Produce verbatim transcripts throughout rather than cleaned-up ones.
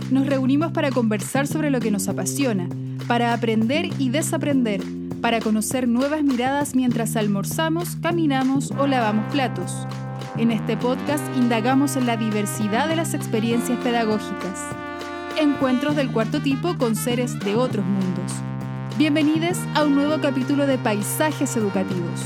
Nos reunimos para conversar sobre lo que nos apasiona, para aprender y desaprender, para conocer nuevas miradas mientras almorzamos, caminamos o lavamos platos. En este podcast indagamos en la diversidad de las experiencias pedagógicas. Encuentros del cuarto tipo con seres de otros mundos. Bienvenidos a un nuevo capítulo de Paisajes Educativos.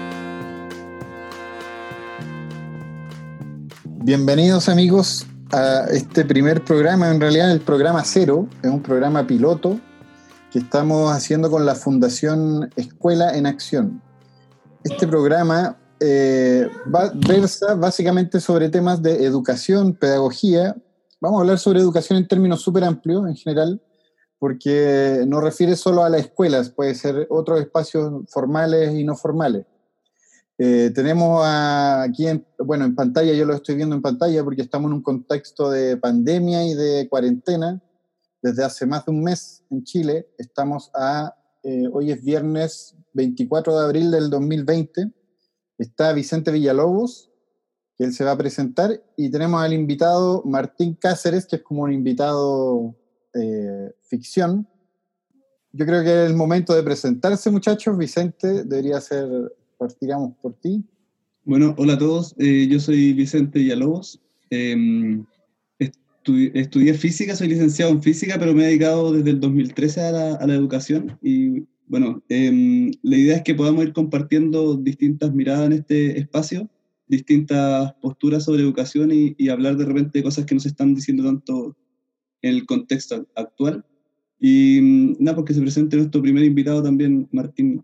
Bienvenidos amigos a este primer programa, en realidad el programa cero, es un programa piloto que estamos haciendo con la Fundación Escuela en Acción. Este programa eh, va, versa básicamente sobre temas de educación, pedagogía. Vamos a hablar sobre educación en términos súper amplios en general, porque no refiere solo a las escuelas, puede ser otros espacios formales y no formales. Eh, tenemos a, aquí, en, bueno, en pantalla, yo lo estoy viendo en pantalla porque estamos en un contexto de pandemia y de cuarentena. Desde hace más de un mes en Chile, estamos a, eh, hoy es viernes veinticuatro de abril del dos mil veinte. Está Vicente Villalobos, que él se va a presentar, y tenemos al invitado Martín Cáceres, que es como un invitado eh, ficción. Yo creo que es el momento de presentarse, muchachos. Vicente, debería ser... Partiramos por ti. Bueno, hola a todos, eh, yo soy Vicente Villalobos, eh, estu- estudié física, soy licenciado en física, pero me he dedicado desde el dos mil trece a la, a la educación y bueno, eh, la idea es que podamos ir compartiendo distintas miradas en este espacio, distintas posturas sobre educación y, y hablar de repente de cosas que nos están diciendo tanto en el contexto actual. Y nada, porque se presente nuestro primer invitado también, Martín.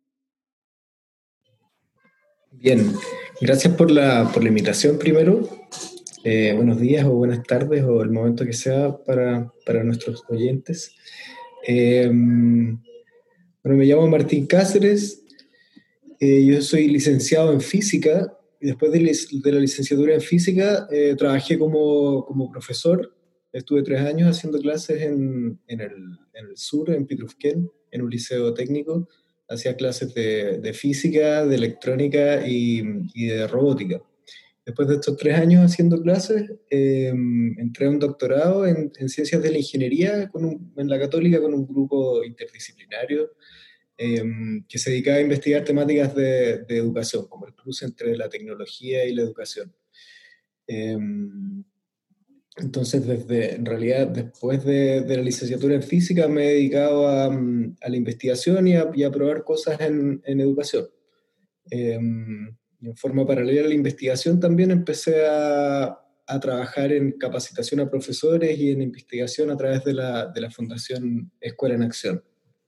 Bien, gracias por la, por la invitación primero. Eh, buenos días o buenas tardes o el momento que sea para, para nuestros oyentes. Eh, bueno, me llamo Martín Cáceres, eh, yo soy licenciado en física y después de, lic- de la licenciatura en física eh, trabajé como, como profesor. Estuve tres años haciendo clases en, en, el, en el sur, en Pitrufquén, en un liceo técnico. Hacía clases de, de física, de electrónica y, y de robótica. Después de estos tres años haciendo clases, eh, entré a un doctorado en, en ciencias de la ingeniería con un, en la Católica con un grupo interdisciplinario eh, que se dedicaba a investigar temáticas de, de educación, como el cruce entre la tecnología y la educación. Eh, Entonces, desde, en realidad, después de, de la licenciatura en física, me he dedicado a, mm, a la investigación y a, y a probar cosas en, en educación. Eh, y en forma paralela a la investigación también empecé a, a trabajar en capacitación a profesores y en investigación a través de la, de la Fundación Escuela en Acción.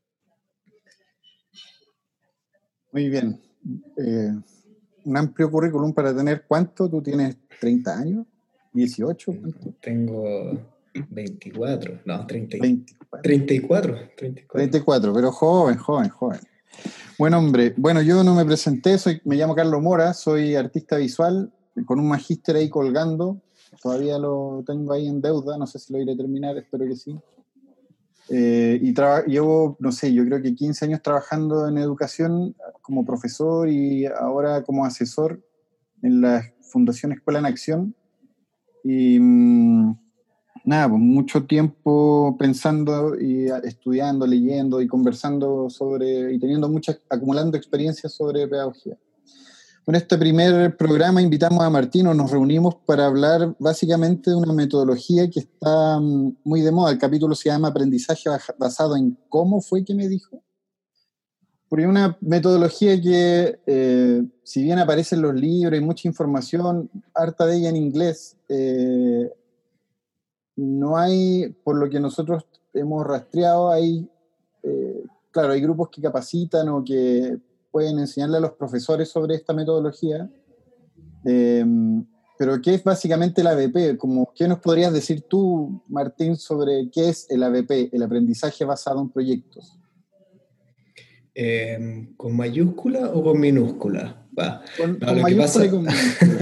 Muy bien. Eh, un amplio currículum para tener, ¿cuánto? ¿Tú tienes treinta años? ¿dieciocho? ¿Cuánto? Tengo veinticuatro, no, treinta, veinticuatro. treinta y cuatro, treinta y cuatro. treinta y cuatro, pero joven, joven, joven. Bueno, hombre, bueno, yo no me presenté, soy, me llamo Carlos Mora, soy artista visual, con un magíster ahí colgando, todavía lo tengo ahí en deuda, no sé si lo iré a terminar, espero que sí. Eh, y traba, llevo, no sé, yo creo que quince años trabajando en educación como profesor y ahora como asesor en la Fundación Escuela en Acción. Y mmm, nada, pues mucho tiempo pensando y estudiando, leyendo y conversando sobre, y teniendo muchas, acumulando experiencias sobre pedagogía. En este primer programa invitamos a Martín, o nos reunimos para hablar básicamente de una metodología que está muy de moda. El capítulo se llama Aprendizaje basado en cómo fue que me dijo. Porque es una metodología que, eh, si bien aparece en los libros y mucha información, harta de ella en inglés, eh, no hay, por lo que nosotros hemos rastreado, hay, eh, claro, hay grupos que capacitan o que pueden enseñarle a los profesores sobre esta metodología, eh, pero ¿qué es básicamente el A B P? Como, ¿qué nos podrías decir tú, Martín, sobre qué es el A B P, el aprendizaje basado en proyectos? Eh, ¿Con mayúscula o con minúscula? Va. Con, No, con lo que mayúscula pasa... y con minúscula.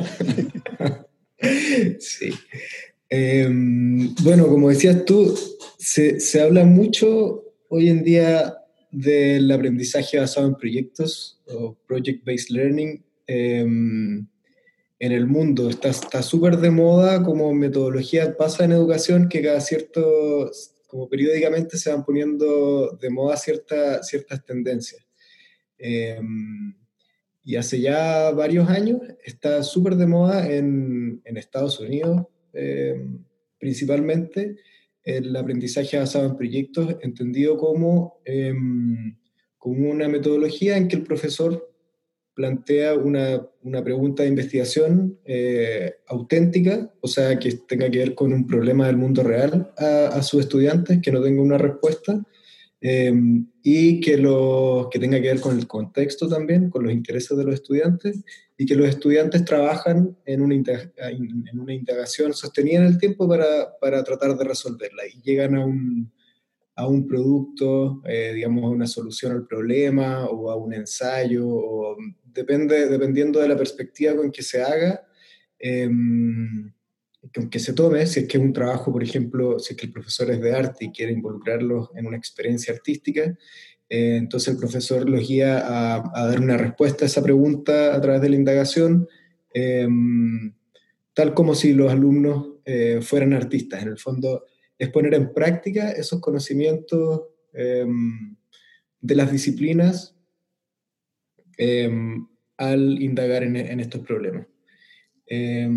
Sí. Eh, bueno, como decías tú, se, se habla mucho hoy en día del aprendizaje basado en proyectos o project-based learning, eh, en el mundo está súper de moda, como metodología pasa en educación, que cada cierto, como periódicamente se van poniendo de moda cierta, ciertas tendencias. Eh, y hace ya varios años está súper de moda en, en Estados Unidos, eh, principalmente, el aprendizaje basado en proyectos, entendido como, eh, como una metodología en que el profesor plantea una, una pregunta de investigación eh, auténtica, o sea, que tenga que ver con un problema del mundo real a, a sus estudiantes, que no tenga una respuesta, eh, y que, lo, que tenga que ver con el contexto también, con los intereses de los estudiantes, y que los estudiantes trabajan en una, en una indagación sostenida en el tiempo para, para tratar de resolverla, y llegan a un, a un producto, eh, digamos, a una solución al problema, o a un ensayo, o depende, dependiendo de la perspectiva con que se haga, eh, con que se tome, si es que es un trabajo, por ejemplo, si es que el profesor es de arte y quiere involucrarlos en una experiencia artística, eh, entonces el profesor los guía a, a dar una respuesta a esa pregunta a través de la indagación, eh, tal como si los alumnos eh, fueran artistas. En el fondo, es poner en práctica esos conocimientos eh, de las disciplinas eh, al indagar en, en estos problemas. Eh,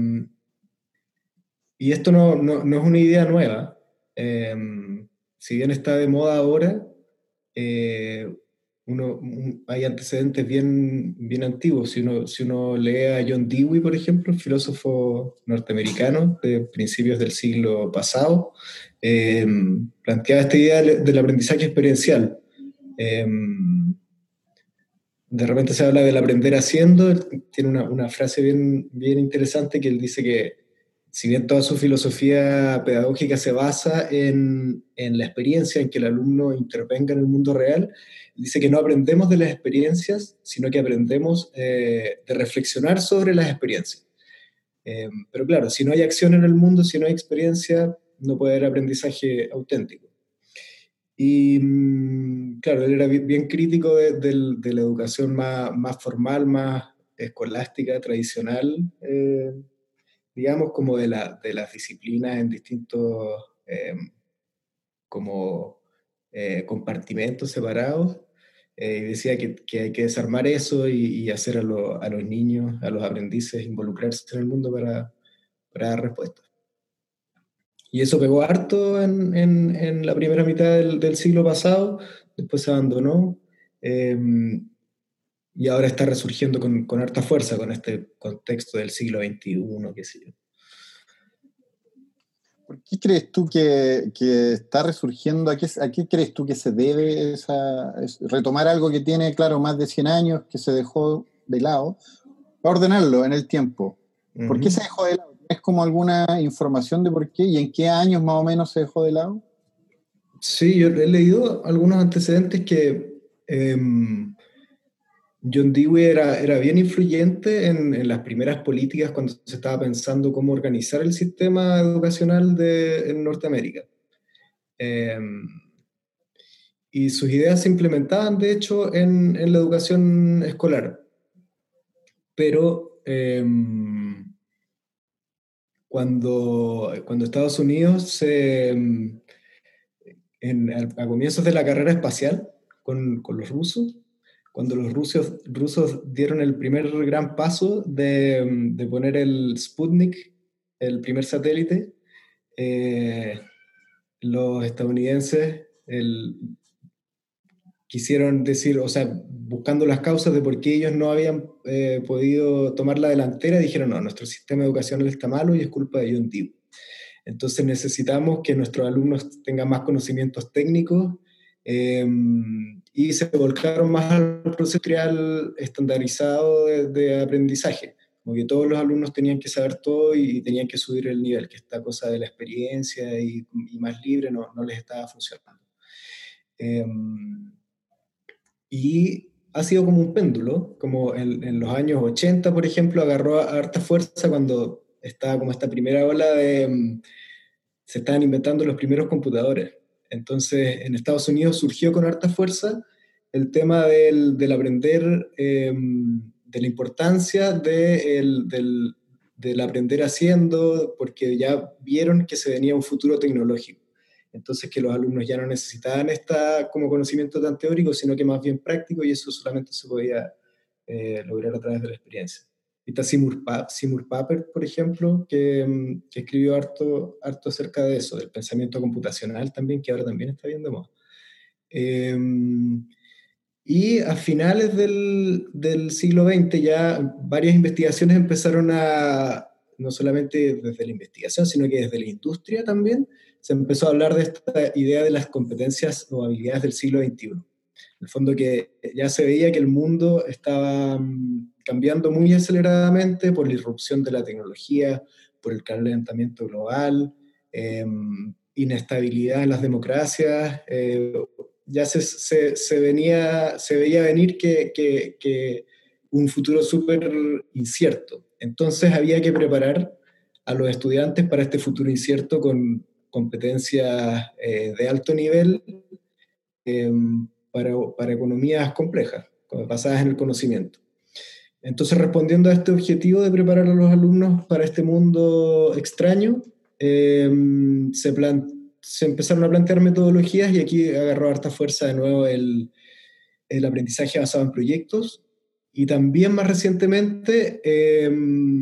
y esto no, no, no es una idea nueva. Eh, si bien está de moda ahora, eh, uno, un, hay antecedentes bien, bien antiguos. Si uno, si uno lee a John Dewey, por ejemplo, filósofo norteamericano de principios del siglo pasado, eh, planteaba esta idea del aprendizaje experiencial. Eh, de repente se habla del aprender haciendo. Tiene una, una frase bien, bien interesante que él dice que si bien toda su filosofía pedagógica se basa en, en la experiencia, en que el alumno intervenga en el mundo real, dice que no aprendemos de las experiencias, sino que aprendemos eh, de reflexionar sobre las experiencias. Eh, pero claro, si no hay acción en el mundo, si no hay experiencia, no puede haber aprendizaje auténtico. Y claro, él era bien crítico de, de, de la educación más, más formal, más escolástica, tradicional, eh, digamos, como de, la, de las disciplinas en distintos eh, como eh, compartimentos separados, eh, y decía que, que hay que desarmar eso y, y hacer a, lo, a los niños, a los aprendices, involucrarse en el mundo para, para dar respuestas. Y eso pegó harto en, en, en la primera mitad del, del siglo pasado, después se abandonó, eh, y ahora está resurgiendo con, con harta fuerza con este contexto del siglo veintiuno, qué sé yo. ¿Por qué crees tú que, que está resurgiendo? ¿A qué, ¿A qué crees tú que se debe esa, es, retomar algo que tiene, claro, más de cien años, que se dejó de lado, para ordenarlo en el tiempo? ¿Por uh-huh. qué se dejó de lado? ¿Tienes como alguna información de por qué y en qué años más o menos se dejó de lado? Sí, yo he leído algunos antecedentes que eh, John Dewey era, era bien influyente en, en las primeras políticas cuando se estaba pensando cómo organizar el sistema educacional de, en Norteamérica. Eh, y sus ideas se implementaban, de hecho, en, en la educación escolar. Pero eh, cuando, cuando Estados Unidos, se, en, a comienzos de la carrera espacial con, con los rusos, cuando los rusos, rusos dieron el primer gran paso de, de poner el Sputnik, el primer satélite, eh, los estadounidenses el, quisieron decir, o sea, buscando las causas de por qué ellos no habían eh, podido tomar la delantera, dijeron, no, nuestro sistema educacional está malo y es culpa de John Dewey. Entonces necesitamos que nuestros alumnos tengan más conocimientos técnicos, eh, y se volcaron más al proceso industrial estandarizado de, de aprendizaje, como que todos los alumnos tenían que saber todo y tenían que subir el nivel, que esta cosa de la experiencia y, y más libre no, no les estaba funcionando. Eh, y ha sido como un péndulo, como en, en los años ochenta, por ejemplo, agarró a harta fuerza cuando estaba como esta primera ola de... se estaban inventando los primeros computadores. Entonces, en Estados Unidos surgió con harta fuerza el tema del, del aprender, eh, de la importancia de el, del, del aprender haciendo, porque ya vieron que se venía un futuro tecnológico. Entonces que los alumnos ya no necesitaban esta como conocimiento tan teórico, sino que más bien práctico, y eso solamente se podía eh, lograr a través de la experiencia. Y está Seymour, pa Seymour Papert, por ejemplo, que, que escribió harto, harto acerca de eso, del pensamiento computacional también, que ahora también está bien de moda. Eh, y a finales del, del siglo veinte ya varias investigaciones empezaron a, no solamente desde la investigación, sino que desde la industria también, se empezó a hablar de esta idea de las competencias o habilidades del siglo veintiuno. En el fondo que ya se veía que el mundo estaba cambiando muy aceleradamente por la irrupción de la tecnología, por el calentamiento global, eh, inestabilidad en las democracias, eh, ya se, se, se, venía, se veía venir que, que, que un futuro súper incierto. Entonces había que preparar a los estudiantes para este futuro incierto con competencias eh, de alto nivel eh, para, para economías complejas, basadas en el conocimiento. Entonces, respondiendo a este objetivo de preparar a los alumnos para este mundo extraño, eh, se, plan, se empezaron a plantear metodologías, y aquí agarró harta fuerza de nuevo el, el aprendizaje basado en proyectos, y también más recientemente eh,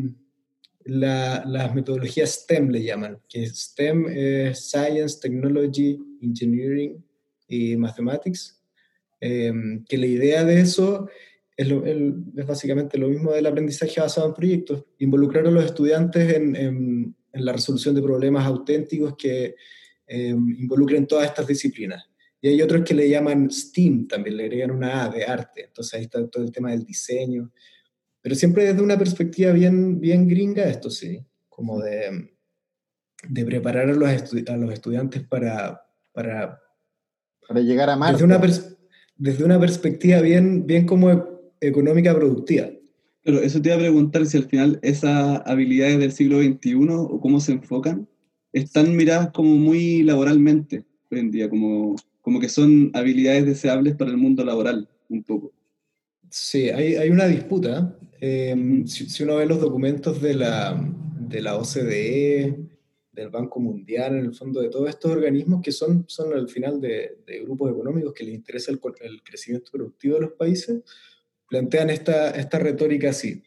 la, las metodologías STEM le llaman, que STEM es Science, Technology, Engineering y Mathematics, eh, que la idea de eso es, lo, el, es básicamente lo mismo del aprendizaje basado en proyectos, involucrar a los estudiantes en, en, en la resolución de problemas auténticos que eh, involucren todas estas disciplinas. Y hay otros que le llaman STEAM, también le agregan una A de arte, entonces ahí está todo el tema del diseño, pero siempre desde una perspectiva bien, bien gringa, esto sí, como de, de preparar a los, estu a los estudiantes para, para, para llegar a Marte. Desde una, desde una perspectiva bien, bien como económica productiva. Pero eso te iba a preguntar, si al final esas habilidades del siglo veintiuno, o cómo se enfocan, están miradas como muy laboralmente hoy en día, como, como que son habilidades deseables para el mundo laboral, un poco. Sí, hay, hay una disputa. Eh, mm. si, si uno ve los documentos de la, de la O C D E, del Banco Mundial, en el fondo de todos estos organismos que son, son al final de, de grupos económicos que les interesa el, el crecimiento productivo de los países, plantean esta, esta retórica así.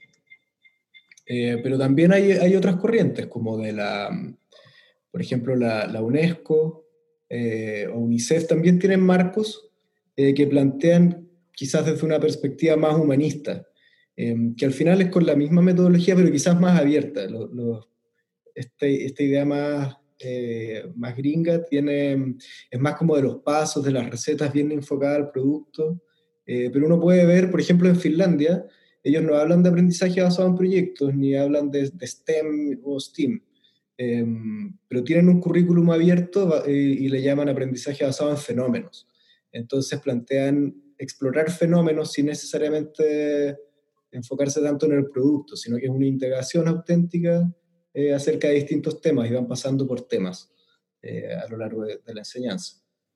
Eh, pero también hay, hay otras corrientes, como de la, por ejemplo, la, la UNESCO eh, o UNICEF, también tienen marcos eh, que plantean quizás desde una perspectiva más humanista, eh, que al final es con la misma metodología, pero quizás más abierta. Los, los, este, esta idea más, eh, más gringa tiene, es más como de los pasos, de las recetas, bien enfocada al producto, eh, pero uno puede ver, por ejemplo, en Finlandia, ellos no hablan de aprendizaje basado en proyectos, ni hablan de, de STEM o STEAM, eh, pero tienen un currículum abierto eh, y le llaman aprendizaje basado en fenómenos. Entonces plantean explorar fenómenos sin necesariamente enfocarse tanto en el producto, sino que es una integración auténtica eh, acerca de distintos temas, y van pasando por temas eh, a lo largo de, de la enseñanza.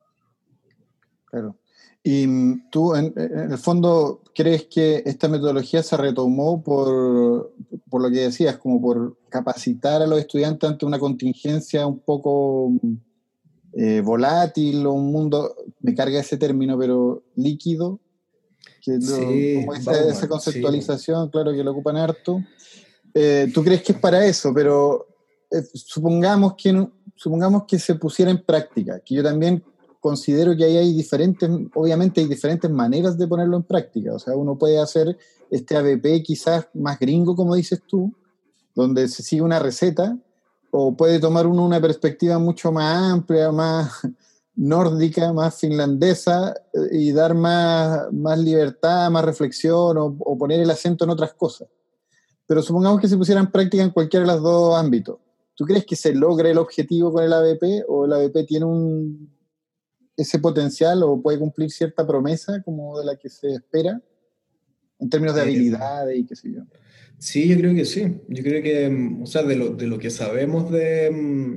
Claro. Y tú, en, en el fondo, ¿crees que esta metodología se retomó por, por lo que decías, como por capacitar a los estudiantes ante una contingencia un poco eh, volátil, o un mundo, me carga ese término, pero líquido? Que sí, lo, como esa, Bauman, esa conceptualización, sí. Claro, que lo ocupan harto. Eh, ¿Tú crees que es para eso? Pero eh, supongamos, que, supongamos que se pusiera en práctica, que yo también considero que ahí hay diferentes, obviamente hay diferentes maneras de ponerlo en práctica. O sea, uno puede hacer este A B P quizás más gringo, como dices tú, donde se sigue una receta, o puede tomar uno una perspectiva mucho más amplia, más nórdica, más finlandesa, y dar más, más libertad, más reflexión, o, o poner el acento en otras cosas. Pero supongamos que se pusiera en práctica en cualquiera de los dos ámbitos. ¿Tú crees que se logra el objetivo con el A B P, o el A B P tiene un, ese potencial, o puede cumplir cierta promesa como de la que se espera en términos de Eh, habilidades y qué sé yo? Sí, yo creo que sí. Yo creo que, o sea, de lo, de lo que sabemos de,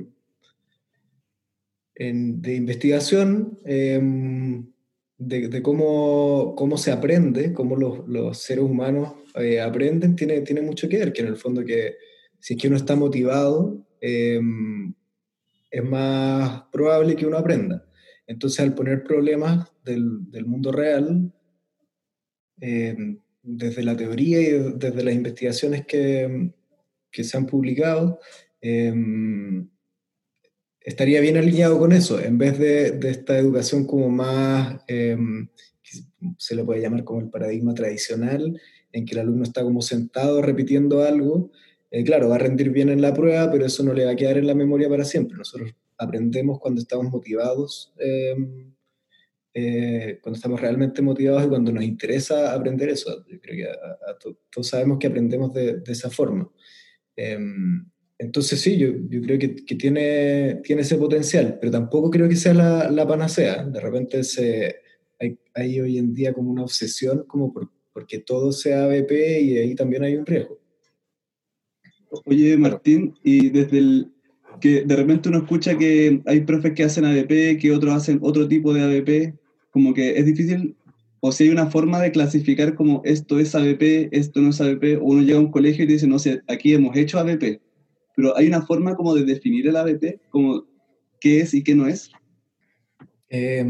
en, de investigación, eh, de, de cómo, cómo se aprende, cómo los, los seres humanos eh, aprenden, tiene, tiene mucho que ver, que en el fondo que si es que uno está motivado, eh, es más probable que uno aprenda. Entonces, al poner problemas del, del mundo real, eh, desde la teoría y desde las investigaciones que, que se han publicado, eh, estaría bien alineado con eso, en vez de, de esta educación como más, eh, se le puede llamar como el paradigma tradicional, en que el alumno está como sentado repitiendo algo. Eh, claro, va a rendir bien en la prueba, pero eso no le va a quedar en la memoria para siempre. Nosotros aprendemos cuando estamos motivados, eh, eh, cuando estamos realmente motivados y cuando nos interesa aprender eso. Yo creo que a, a to, todos sabemos que aprendemos de, de esa forma. Eh, entonces sí, yo, yo creo que, que tiene, tiene ese potencial, pero tampoco creo que sea la, la panacea. De repente se, hay, hay hoy en día como una obsesión como por, porque todo sea A B P y ahí también hay un riesgo. Oye, Martín, y desde el que de repente uno escucha que hay profes que hacen A B P, que otros hacen otro tipo de A B P, como que es difícil, o si hay una forma de clasificar como esto es A B P, esto no es A B P, o uno llega a un colegio y te dice, no sé, aquí hemos hecho A B P, pero hay una forma como de definir el A B P, como qué es y qué no es. Eh,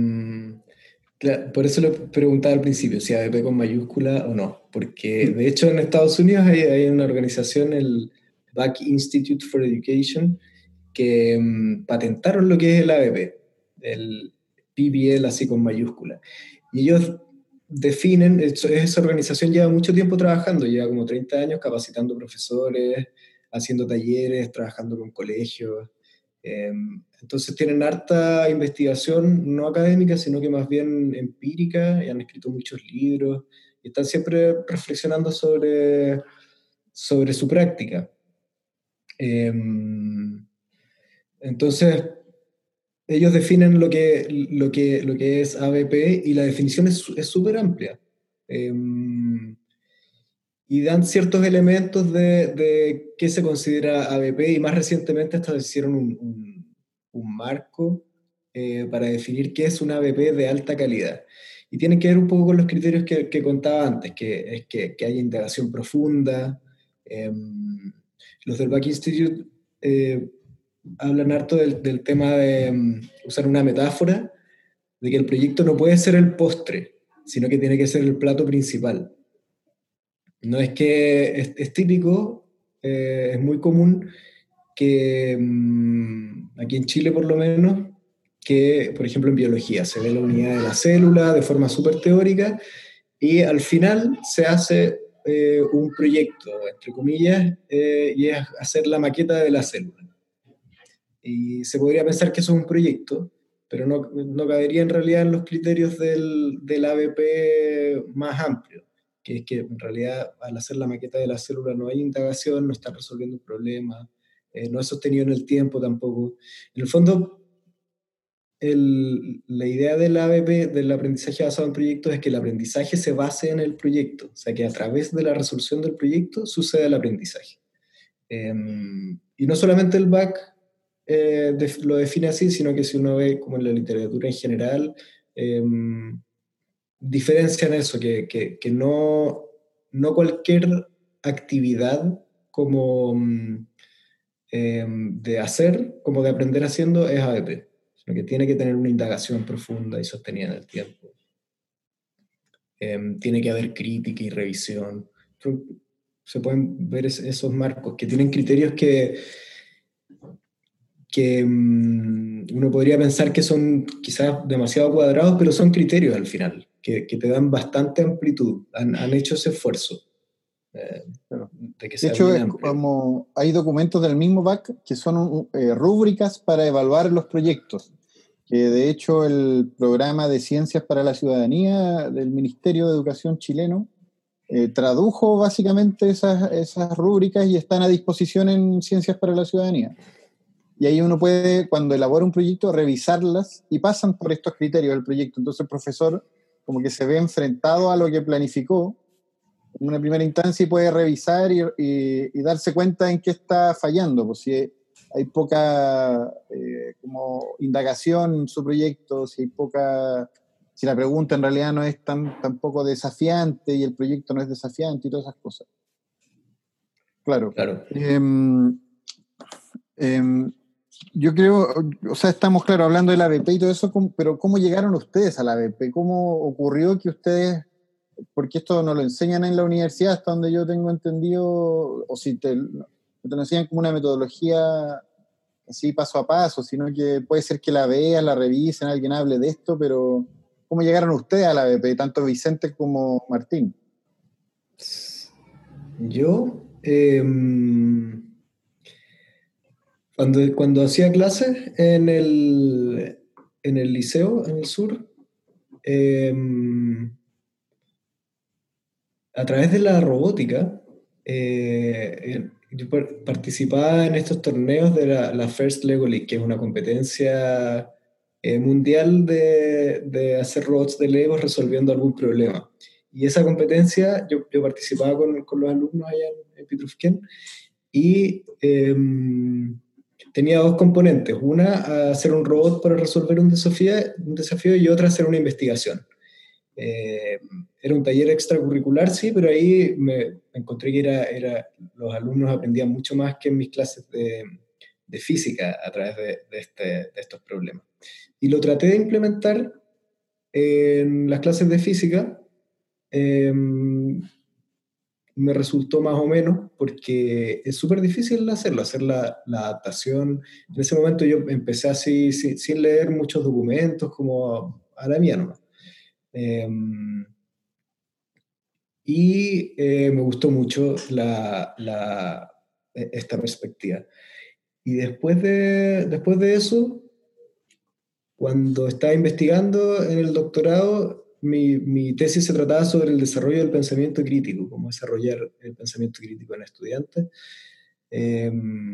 claro, por eso le preguntaba al principio si A B P con mayúscula o no, porque de hecho en Estados Unidos hay, hay una organización, el Back Institute for Education, que um, patentaron lo que es el A B P, el P B L así con mayúscula. Y ellos definen, esa organización lleva mucho tiempo trabajando, lleva como treinta años capacitando profesores, haciendo talleres, trabajando con colegios. Eh, entonces tienen harta investigación, no académica, sino que más bien empírica, y han escrito muchos libros, y están siempre reflexionando sobre, sobre su práctica. Eh, entonces, ellos definen lo que, lo que, lo que es A B P y la definición es súper amplia. Eh, y dan ciertos elementos de, de qué se considera A B P, y más recientemente establecieron un, un, un marco eh, para definir qué es un A B P de alta calidad. Y tiene que ver un poco con los criterios que, que contaba antes, que es que, que haya indagación profunda. Eh, los del Back Institute eh, hablan harto del, del tema de um, usar una metáfora, de que el proyecto no puede ser el postre, sino que tiene que ser el plato principal. No es que es, es típico, eh, es muy común que mmm, aquí en Chile por lo menos, que por ejemplo en biología se ve la unidad de la célula de forma súper teórica y al final se hace eh, un proyecto, entre comillas, eh, y es hacer la maqueta de la célula. Y se podría pensar que eso es un proyecto, pero no, no cabería en realidad en los criterios del, del A B P más amplio, que es que en realidad al hacer la maqueta de la célula no hay indagación, no está resolviendo un problema, eh, no es sostenido en el tiempo tampoco. En el fondo, el, la idea del A B P, del aprendizaje basado en proyectos, es que el aprendizaje se base en el proyecto, o sea que a través de la resolución del proyecto sucede el aprendizaje. Eh, y no solamente el B A C eh, de, lo define así, sino que si uno ve como en la literatura en general, eh, diferencian eso, que, que, que no, no cualquier actividad como eh, de hacer, como de aprender haciendo, es A B P, sino que tiene que tener una indagación profunda y sostenida en el tiempo. Eh, tiene que haber crítica y revisión. Se pueden ver es, esos marcos que tienen criterios que que um, uno podría pensar que son quizás demasiado cuadrados, pero son criterios al final, que, que te dan bastante amplitud, han, han hecho ese esfuerzo. Eh, claro. de, que de sea hecho, bien es amplio. como hay documentos del mismo B A C que son eh, rúbricas para evaluar los proyectos, que de hecho el programa de Ciencias para la Ciudadanía del Ministerio de Educación chileno eh, tradujo básicamente esas, esas rúbricas y están a disposición en Ciencias para la Ciudadanía. Y ahí uno puede, cuando elabora un proyecto, revisarlas y pasan por estos criterios del proyecto. Entonces el profesor como que se ve enfrentado a lo que planificó en una primera instancia y puede revisar y, y, y darse cuenta en qué está fallando. Pues si hay poca eh, como indagación en su proyecto, si hay poca, si la pregunta en realidad no es tan, tan poco desafiante y el proyecto no es desafiante y todas esas cosas. Claro. Claro. Eh, eh, yo creo, o sea, estamos, claro, hablando del A B P y todo eso, pero ¿cómo llegaron ustedes al A B P? ¿Cómo ocurrió que ustedes, porque esto no lo enseñan en la universidad, hasta donde yo tengo entendido, o si te, te lo enseñan como una metodología así paso a paso, sino que puede ser que la vean, la revisen, alguien hable de esto, pero ¿cómo llegaron ustedes al A B P, tanto Vicente como Martín? Yo, eh, cuando, cuando hacía clases en el, en el liceo, en el sur, eh, a través de la robótica, eh, yo participaba en estos torneos de la, la First Lego League, que es una competencia eh, mundial de, de hacer robots de Lego resolviendo algún problema. Y esa competencia, yo, yo participaba con, con los alumnos allá en, en Pitrufquén, y eh, tenía dos componentes. Una, hacer un robot para resolver un desafío, un desafío y otra, hacer una investigación. Eh, era un taller extracurricular, sí, pero ahí me, me encontré que era, era, los alumnos aprendían mucho más que en mis clases de, de física a través de, de, este, de estos problemas. Y lo traté de implementar en las clases de física. Eh, me resultó más o menos, porque es súper difícil hacerlo, hacer la, la adaptación. En ese momento yo empecé así, sin, sin leer muchos documentos, como a la mía nomás. Eh, y eh, me gustó mucho la, la, esta perspectiva. Y después de, después de eso, cuando estaba investigando en el doctorado, mi, mi tesis se trataba sobre el desarrollo del pensamiento crítico, cómo desarrollar el pensamiento crítico en estudiantes, eh,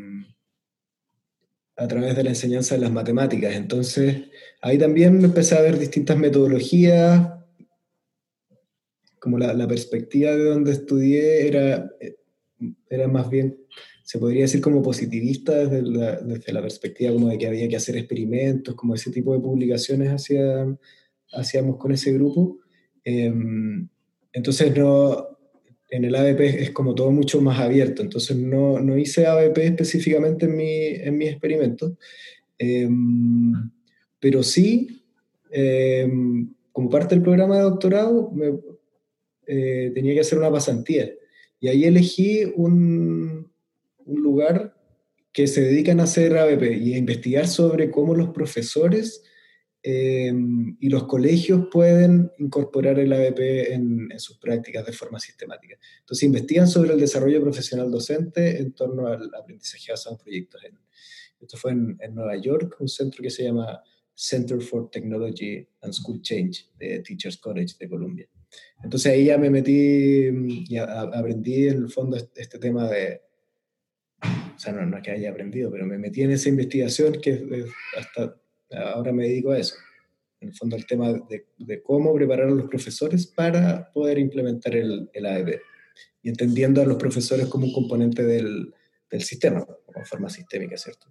a través de la enseñanza de las matemáticas. Entonces, ahí también me empecé a ver distintas metodologías, como la, la perspectiva de donde estudié era, era más bien, se podría decir como positivista desde la, desde la perspectiva como de que había que hacer experimentos, como ese tipo de publicaciones hacía, hacíamos con ese grupo. Eh, entonces no, en el A B P es como todo mucho más abierto, entonces no, no hice A B P específicamente en, mi, en mis experimentos, eh, pero sí, eh, como parte del programa de doctorado, me, Eh, tenía que hacer una pasantía. Y ahí elegí un, un lugar que se dedican a hacer A B P y a investigar sobre cómo los profesores eh, y los colegios pueden incorporar el A B P en, en sus prácticas de forma sistemática. Entonces investigan sobre el desarrollo profesional docente en torno al aprendizaje basado en proyectos. En, esto fue en, en Nueva York, un centro que se llama Center for Technology and School Change de Teachers College de Columbia. Entonces ahí ya me metí y a, a, aprendí en el fondo este, este tema de, o sea, no, no es que haya aprendido, pero me metí en esa investigación que es, hasta ahora me dedico a eso. En el fondo el tema de, de cómo preparar a los profesores para poder implementar el, el A B P y entendiendo a los profesores como un componente del, del sistema, como forma sistémica, ¿cierto?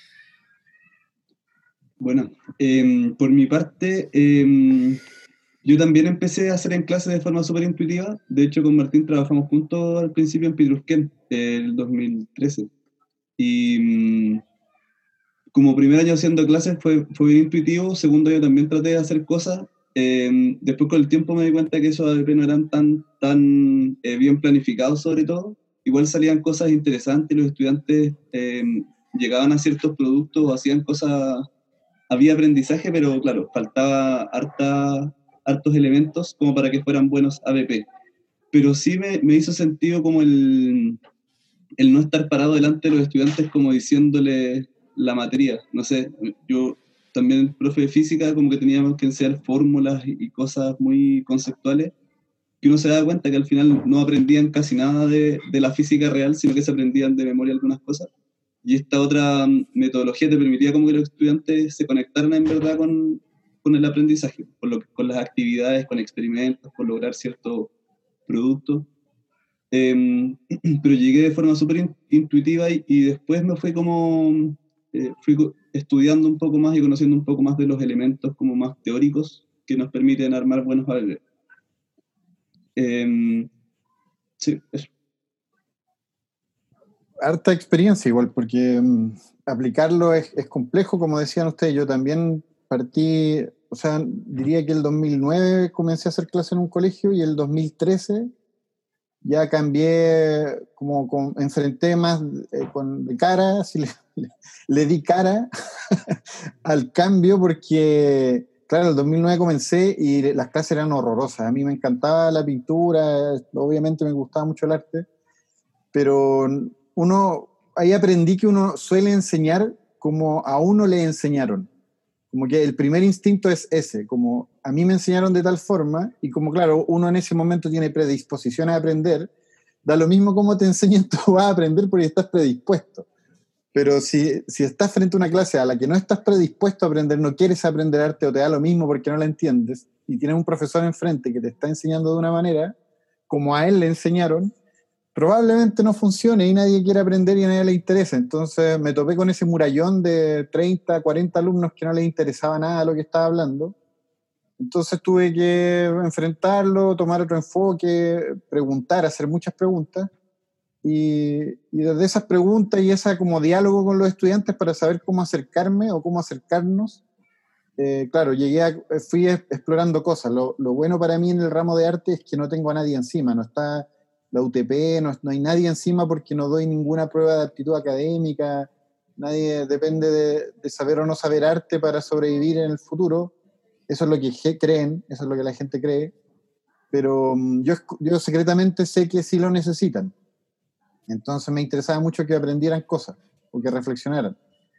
Bueno, eh, por mi parte, eh, yo también empecé a hacer en clase de forma súper intuitiva. De hecho, con Martín trabajamos juntos al principio en Pitrufquén, el dos mil trece. Y como primer año haciendo clases fue, fue bien intuitivo. Segundo año también traté de hacer cosas. Eh, después con el tiempo me di cuenta que esos A B P no eran tan, tan eh, bien planificados, sobre todo. Igual salían cosas interesantes, los estudiantes eh, llegaban a ciertos productos o hacían cosas, había aprendizaje, pero claro, faltaba harta, hartos elementos como para que fueran buenos A B P. Pero sí me, me hizo sentido como el, el no estar parado delante de los estudiantes como diciéndole la materia. No sé, yo también el profe de física como que teníamos que enseñar fórmulas y, y cosas muy conceptuales, que uno se da cuenta que al final no aprendían casi nada de, de la física real, sino que se aprendían de memoria algunas cosas. Y esta otra metodología te permitía como que los estudiantes se conectaran en verdad con, con el aprendizaje, con, lo, con las actividades, con experimentos, con lograr ciertos productos. Eh, pero llegué de forma súper in, intuitiva y, y después me fui como, eh, fui estudiando un poco más y conociendo un poco más de los elementos como más teóricos que nos permiten armar buenos A B P. Eh, sí, eso. harta experiencia igual, porque um, aplicarlo es, es complejo, como decían ustedes. Yo también partí, o sea, diría que el dos mil nueve comencé a hacer clase en un colegio y el dos mil trece ya cambié, como con, enfrenté más eh, con de cara, así le, le, le di cara al cambio porque, claro, el dos mil nueve comencé y las clases eran horrorosas. A mí me encantaba la pintura, obviamente me gustaba mucho el arte, pero uno, ahí aprendí que uno suele enseñar como a uno le enseñaron. Como que el primer instinto es ese, como a mí me enseñaron de tal forma, y como claro, uno en ese momento tiene predisposición a aprender, da lo mismo cómo te enseñan, tú vas a aprender porque estás predispuesto. Pero si, si estás frente a una clase a la que no estás predispuesto a aprender, no quieres aprender arte o te da lo mismo porque no la entiendes, y tienes un profesor enfrente que te está enseñando de una manera, como a él le enseñaron, probablemente no funcione y nadie quiere aprender y a nadie le interesa. Entonces me topé con ese murallón de treinta, cuarenta alumnos que no les interesaba nada lo que estaba hablando. Entonces tuve que enfrentarlo, tomar otro enfoque, preguntar, hacer muchas preguntas. Y, y desde esas preguntas y ese como diálogo con los estudiantes para saber cómo acercarme o cómo acercarnos, eh, claro, llegué a, fui explorando cosas. Lo, lo bueno para mí en el ramo de arte es que no tengo a nadie encima, no está la U T P, no, no hay nadie encima porque no doy ninguna prueba de aptitud académica, nadie depende de, de saber o no saber arte para sobrevivir en el futuro. Eso es lo que creen, eso es lo que la gente cree, pero um, yo, yo secretamente sé que sí lo necesitan. Entonces me interesaba mucho que aprendieran cosas o que reflexionaran.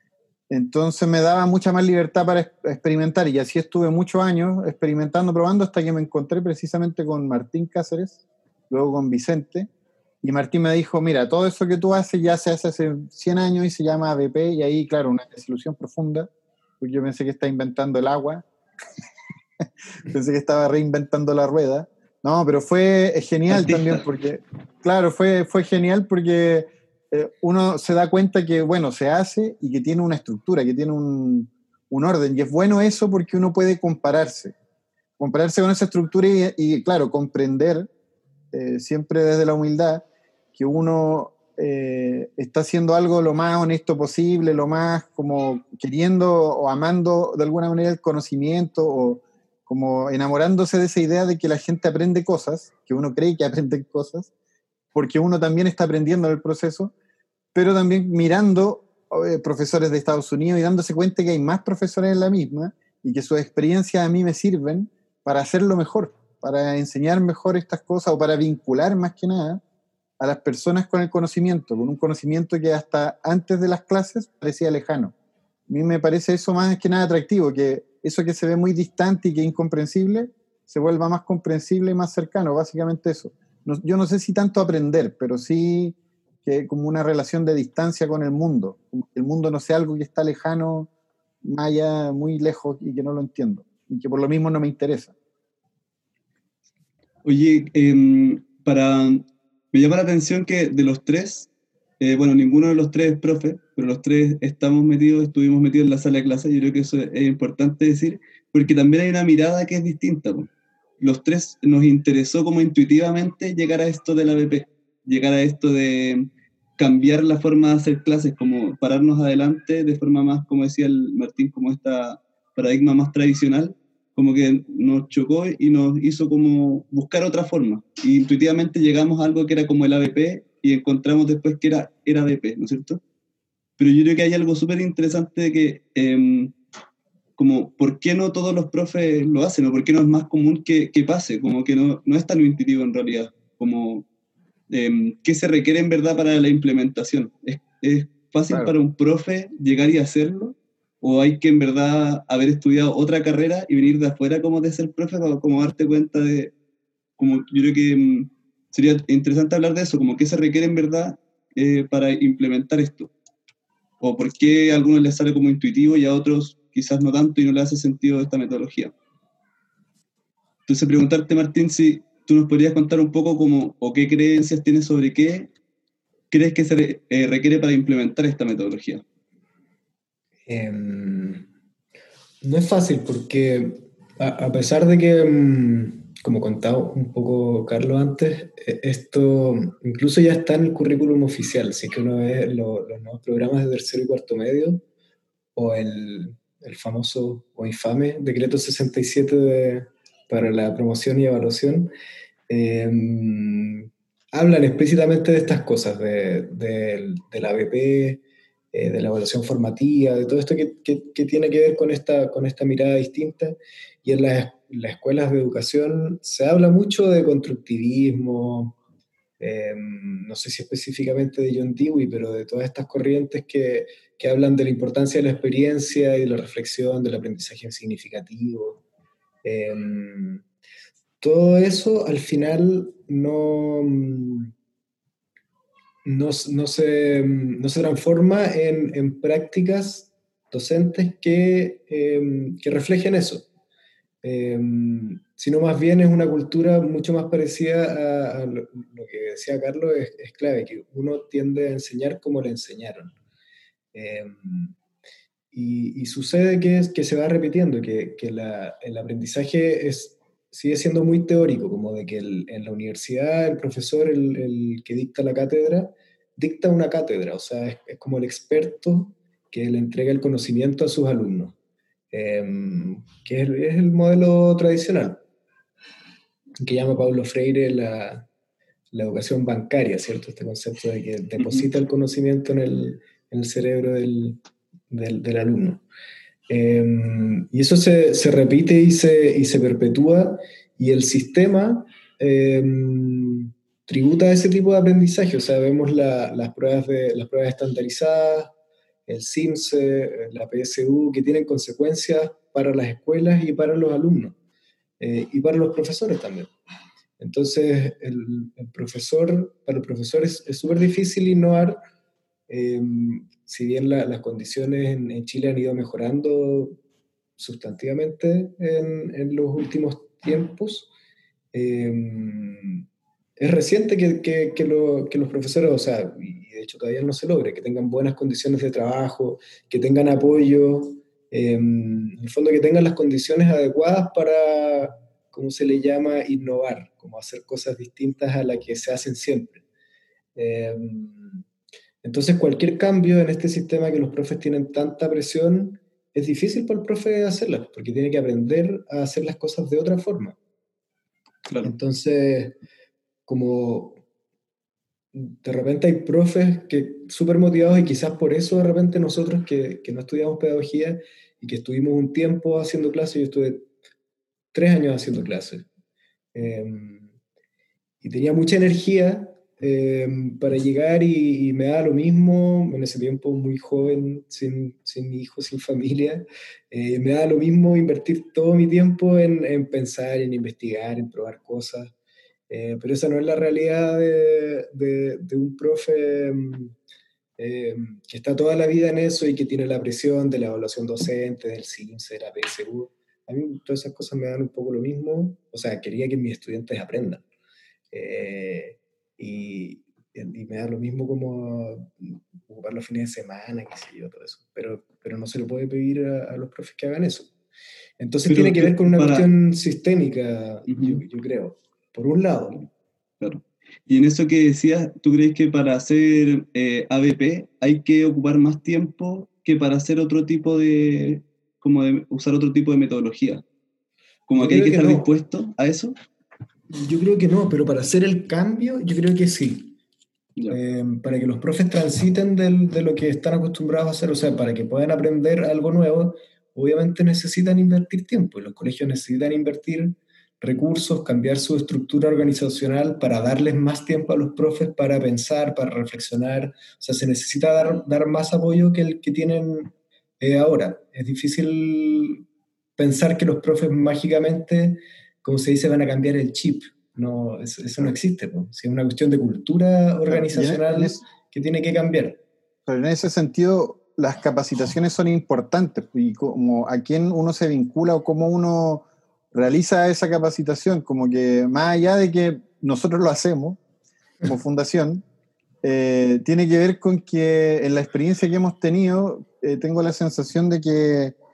Entonces me daba mucha más libertad para experimentar y así estuve muchos años experimentando, probando, hasta que me encontré precisamente con Martín Cáceres, luego con Vicente, y Martín me dijo, mira, todo eso que tú haces ya se hace hace cien años y se llama A B P, y ahí, claro, una desilusión profunda, porque yo pensé que estaba inventando el agua, pensé que estaba reinventando la rueda. No, pero fue genial Artista. También porque, claro, fue, fue genial porque eh, uno se da cuenta que, bueno, se hace y que tiene una estructura, que tiene un, un orden, y es bueno eso porque uno puede compararse, compararse con esa estructura y, y claro, comprender Eh, siempre desde la humildad, que uno eh, está haciendo algo lo más honesto posible, lo más como queriendo o amando de alguna manera el conocimiento, o como enamorándose de esa idea de que la gente aprende cosas, que uno cree que aprende cosas, porque uno también está aprendiendo en el proceso, pero también mirando eh, profesores de Estados Unidos y dándose cuenta que hay más profesores en la misma y que sus experiencias a mí me sirven para hacerlo mejor, para enseñar mejor estas cosas o para vincular más que nada a las personas con el conocimiento, con un conocimiento que hasta antes de las clases parecía lejano. A mí me parece eso más que nada atractivo, que eso que se ve muy distante y que es incomprensible se vuelva más comprensible y más cercano, básicamente eso. No, yo no sé si tanto aprender, pero sí que como una relación de distancia con el mundo, como que el mundo no sea algo que está lejano, más allá, muy lejos y que no lo entiendo, y que por lo mismo no me interesa. Oye, eh, para, me llama la atención que de los tres, eh, bueno, ninguno de los tres es profe, pero los tres estamos metidos, estuvimos metidos en la sala de clase. Yo creo que eso es importante decir, porque también hay una mirada que es distinta. ¿No? Los tres nos interesó como intuitivamente llegar a esto de la A B P, llegar a esto de cambiar la forma de hacer clases, como pararnos adelante de forma más, como decía el Martín, como esta paradigma más tradicional, como que nos chocó y nos hizo como buscar otra forma. Y intuitivamente llegamos a algo que era como el A B P y encontramos después que era, era A B P, ¿no es cierto? Pero yo creo que hay algo súper interesante de que, eh, como, ¿por qué no todos los profes lo hacen? ¿O por qué no es más común que, que pase? Como que no, no es tan intuitivo en realidad. Como, eh, ¿qué se requiere en verdad para la implementación? ¿Es, es fácil claro. para un profe llegar y hacerlo? ¿O hay que en verdad haber estudiado otra carrera y venir de afuera como de ser profe, o como darte cuenta de, como yo creo que um, sería interesante hablar de eso, como qué se requiere en verdad eh, para implementar esto? ¿O por qué a algunos les sale como intuitivo y a otros quizás no tanto y no les hace sentido esta metodología? Entonces preguntarte, Martín, si tú nos podrías contar un poco como, o qué creencias tienes sobre qué crees que se re, eh, requiere para implementar esta metodología. Eh, no es fácil porque a, a pesar de que um, como contaba un poco Carlos antes, esto incluso ya está en el currículum oficial, si es que uno ve lo, los nuevos programas de tercero y cuarto medio, o el, el famoso o infame decreto sesenta y siete de, para la promoción y evaluación, eh, hablan explícitamente de estas cosas, de, de, de la A B P, eh, de la evaluación formativa, de todo esto que, que, que tiene que ver con esta, con esta mirada distinta. Y en las, las escuelas de educación se habla mucho de constructivismo, eh, no sé si específicamente de John Dewey, pero de todas estas corrientes que, que hablan de la importancia de la experiencia y de la reflexión, del aprendizaje significativo. Eh, todo eso al final no, no, no, se, no se transforma en, en prácticas docentes que, eh, que reflejen eso. Eh, sino más bien es una cultura mucho más parecida a, a lo, lo que decía Carlos, es, es clave, que uno tiende a enseñar como le enseñaron. Eh, y, y sucede que, que se va repitiendo, que, que la, el aprendizaje es, sigue siendo muy teórico, como de que el, en la universidad el profesor, el, el que dicta la cátedra, dicta una cátedra, o sea, es, es como el experto que le entrega el conocimiento a sus alumnos. Eh, que es, es el modelo tradicional, que llama Paulo Freire la, la educación bancaria, ¿cierto? Este concepto de que deposita el conocimiento en el, en el cerebro del, del, del alumno. Eh, y eso se, se repite y se, y se perpetúa, y el sistema eh, tributa a ese tipo de aprendizaje. O sea, vemos la, las, pruebas de, las pruebas estandarizadas, el CIMSE, la P S U, que tienen consecuencias para las escuelas y para los alumnos, eh, y para los profesores también. Entonces, el, el profesor, para los profesores es súper difícil innovar, eh, si bien la, las condiciones en, en Chile han ido mejorando sustantivamente en, en los últimos tiempos. Eh, es reciente que, que, que, lo, que los profesores, o sea, y de hecho todavía no se logre, que tengan buenas condiciones de trabajo, que tengan apoyo, eh, en el fondo que tengan las condiciones adecuadas para, ¿cómo se le llama?, innovar, como hacer cosas distintas a las que se hacen siempre. Eh, entonces cualquier cambio en este sistema que los profes tienen tanta presión, es difícil para el profe hacerlas, porque tiene que aprender a hacer las cosas de otra forma. Claro. Entonces, como de repente hay profes que súper motivados, y quizás por eso de repente nosotros que, que no estudiamos pedagogía y que estuvimos un tiempo haciendo clases, yo estuve tres años haciendo clases, eh, y tenía mucha energía eh, para llegar, y, y me daba lo mismo, en ese tiempo muy joven, sin, sin hijos, sin familia, eh, me daba lo mismo invertir todo mi tiempo en, en pensar, en investigar, en probar cosas. Eh, pero esa no es la realidad de, de, de un profe eh, que está toda la vida en eso y que tiene la presión de la evaluación docente, del CIMSE, de la P S U. A mí todas esas cosas me dan un poco lo mismo. O sea, quería que mis estudiantes aprendan. Eh, y, y me da lo mismo como ocupar los fines de semana, qué sé yo, todo eso. Pero, pero no se le puede pedir a, a los profes que hagan eso. Entonces pero tiene que ver con una para... cuestión sistémica, uh-huh. yo, yo creo. Por un lado. Claro. Y en eso que decías, ¿tú crees que para hacer eh, A B P hay que ocupar más tiempo que para hacer otro tipo de, como de usar otro tipo de metodología? ¿Como yo que hay que, que estar no. dispuesto a eso? Yo creo que no, pero para hacer el cambio, yo creo que sí. Eh, para que los profes transiten del, de lo que están acostumbrados a hacer, o sea, para que puedan aprender algo nuevo, obviamente necesitan invertir tiempo, y los colegios necesitan invertir recursos, cambiar su estructura organizacional para darles más tiempo a los profes para pensar, para reflexionar. O sea, se necesita dar, dar más apoyo que el que tienen eh, ahora. Es difícil pensar que los profes mágicamente, como se dice, van a cambiar el chip. No, eso, eso no existe, ¿no? Es una cuestión de cultura organizacional es, que tiene que cambiar. Pero en ese sentido, las capacitaciones son importantes, y como a quién uno se vincula o cómo uno realiza esa capacitación, como que más allá de que nosotros lo hacemos como fundación, eh, tiene que ver con que en la experiencia que hemos tenido, eh, tengo la sensación de que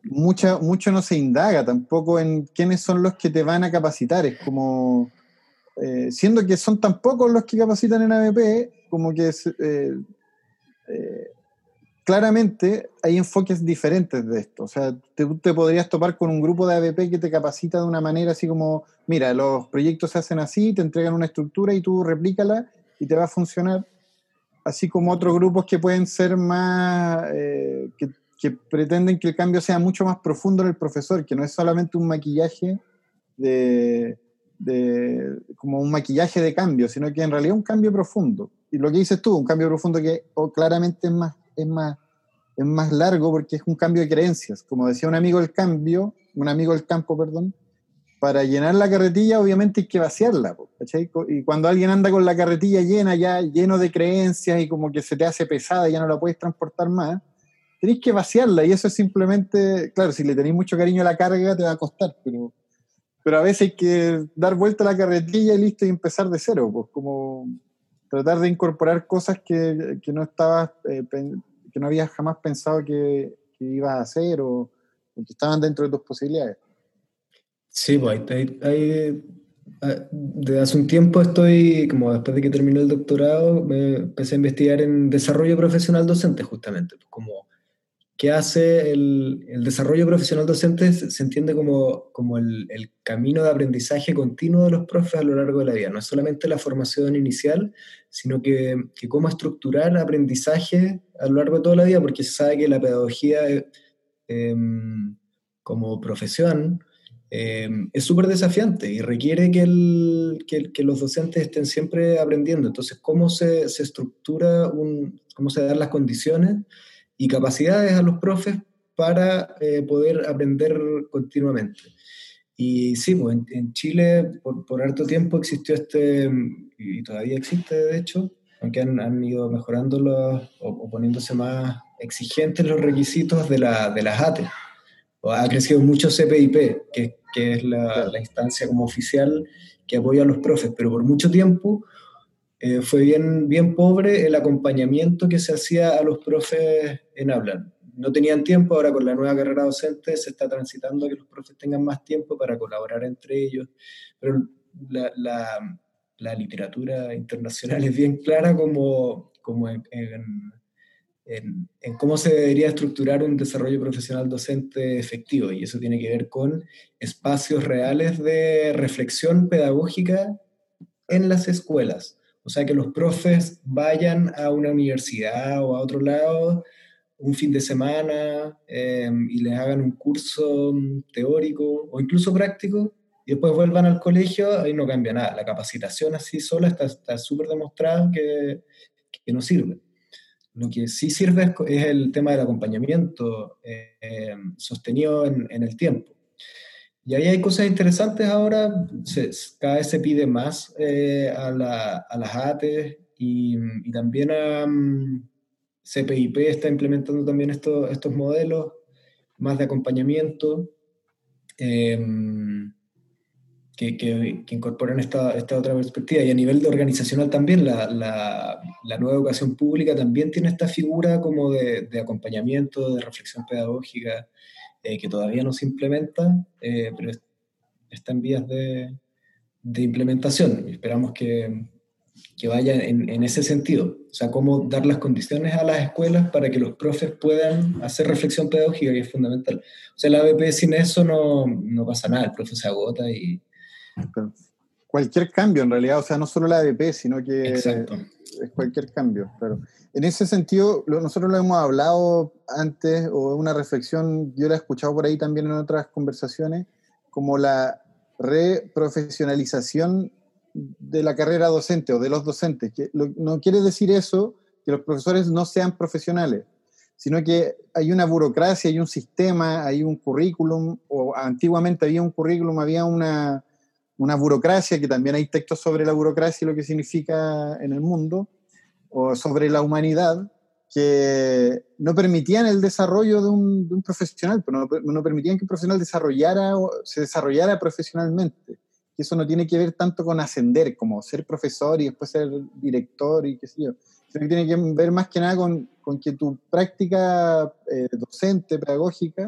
mucha, mucho no se indaga tampoco en quiénes son los que te van a capacitar. Es como, eh, siendo que son tan pocos los que capacitan en A B P, como que es, eh, eh, claramente hay enfoques diferentes de esto. O sea, te, te podrías topar con un grupo de A B P que te capacita de una manera así como, mira, los proyectos se hacen así, te entregan una estructura y tú replícala y te va a funcionar. Así como otros grupos que pueden ser más, eh, que, que pretenden que el cambio sea mucho más profundo en el profesor, que no es solamente un maquillaje de, de como un maquillaje de cambio, sino que en realidad es un cambio profundo. Y lo que dices tú, un cambio profundo que oh, claramente es más, es más, es más largo porque es un cambio de creencias. Como decía un amigo del cambio, un amigo del campo, perdón, para llenar la carretilla obviamente hay que vaciarla, ¿cachai? Y cuando alguien anda con la carretilla llena, ya lleno de creencias y como que se te hace pesada y ya no la puedes transportar más, tenés que vaciarla y eso es simplemente, claro, si le tenéis mucho cariño a la carga te va a costar, pero, pero a veces hay que dar vuelta a la carretilla y listo y empezar de cero, pues como tratar de incorporar cosas que, que no estabas, eh, que no habías jamás pensado que, que ibas a hacer o, o que estaban dentro de tus posibilidades. Sí, pues hay, hay, hay, desde hace un tiempo estoy, como después de que terminé el doctorado, me empecé a investigar en desarrollo profesional docente justamente, pues como qué hace el, el desarrollo profesional docente se, se entiende como, como el, el camino de aprendizaje continuo de los profes a lo largo de la vida, no es solamente la formación inicial, sino que, que cómo estructurar aprendizaje a lo largo de toda la vida, porque se sabe que la pedagogía eh, eh, como profesión Eh, es súper desafiante y requiere que, el, que, que los docentes estén siempre aprendiendo. Entonces, ¿cómo se, se estructura, un, cómo se dan las condiciones y capacidades a los profes para eh, poder aprender continuamente? Y sí, pues en, en Chile por, por harto tiempo existió este, y todavía existe de hecho, aunque han, han ido mejorando los, o, o poniéndose más exigentes los requisitos de, la, de las A T E. Ha crecido mucho C P I P, que, que es la, Claro. la instancia como oficial que apoya a los profes, pero por mucho tiempo eh, fue bien, bien pobre el acompañamiento que se hacía a los profes en aula. No tenían tiempo, ahora con la nueva carrera docente se está transitando a que los profes tengan más tiempo para colaborar entre ellos, pero la, la, la literatura internacional es bien clara como, como en, en En, en cómo se debería estructurar un desarrollo profesional docente efectivo, y eso tiene que ver con espacios reales de reflexión pedagógica en las escuelas. O sea, que los profes vayan a una universidad o a otro lado un fin de semana eh, y les hagan un curso teórico o incluso práctico y después vuelvan al colegio, ahí no cambia nada. La capacitación así sola está súper demostrada que, que no sirve. Lo que sí sirve es el tema del acompañamiento eh, sostenido en, en el tiempo. Y ahí hay cosas interesantes ahora, se, cada vez se pide más eh, a, la, a las A T E y, y también a um, C P I P está implementando también esto, estos modelos más de acompañamiento. Eh, Que, que, que incorporan esta, esta otra perspectiva. Y a nivel de organizacional también, la, la, la nueva educación pública también tiene esta figura como de, de acompañamiento, de reflexión pedagógica, eh, que todavía no se implementa, eh, pero está en vías de, de implementación. Y esperamos que, que vaya en, en ese sentido. O sea, cómo dar las condiciones a las escuelas para que los profes puedan hacer reflexión pedagógica, que es fundamental. O sea, la A B P sin eso no, no pasa nada, el profe se agota y Claro. Cualquier cambio en realidad, o sea, no solo la A B P, sino que Exacto. es cualquier cambio, claro. En ese sentido, lo, nosotros lo hemos hablado antes, o una reflexión, yo la he escuchado por ahí también en otras conversaciones, como la reprofesionalización de la carrera docente o de los docentes, que lo, no quiere decir eso que los profesores no sean profesionales, sino que hay una burocracia, hay un sistema, hay un currículum, o antiguamente había un currículum, había una... una burocracia, que también hay textos sobre la burocracia y lo que significa en el mundo, o sobre la humanidad, que no permitían el desarrollo de un, de un profesional, pero no, no permitían que un profesional desarrollara, se desarrollara profesionalmente. Y eso no tiene que ver tanto con ascender, como ser profesor y después ser director y qué sé yo, sino que tiene que ver más que nada con, con que tu práctica eh, docente, pedagógica,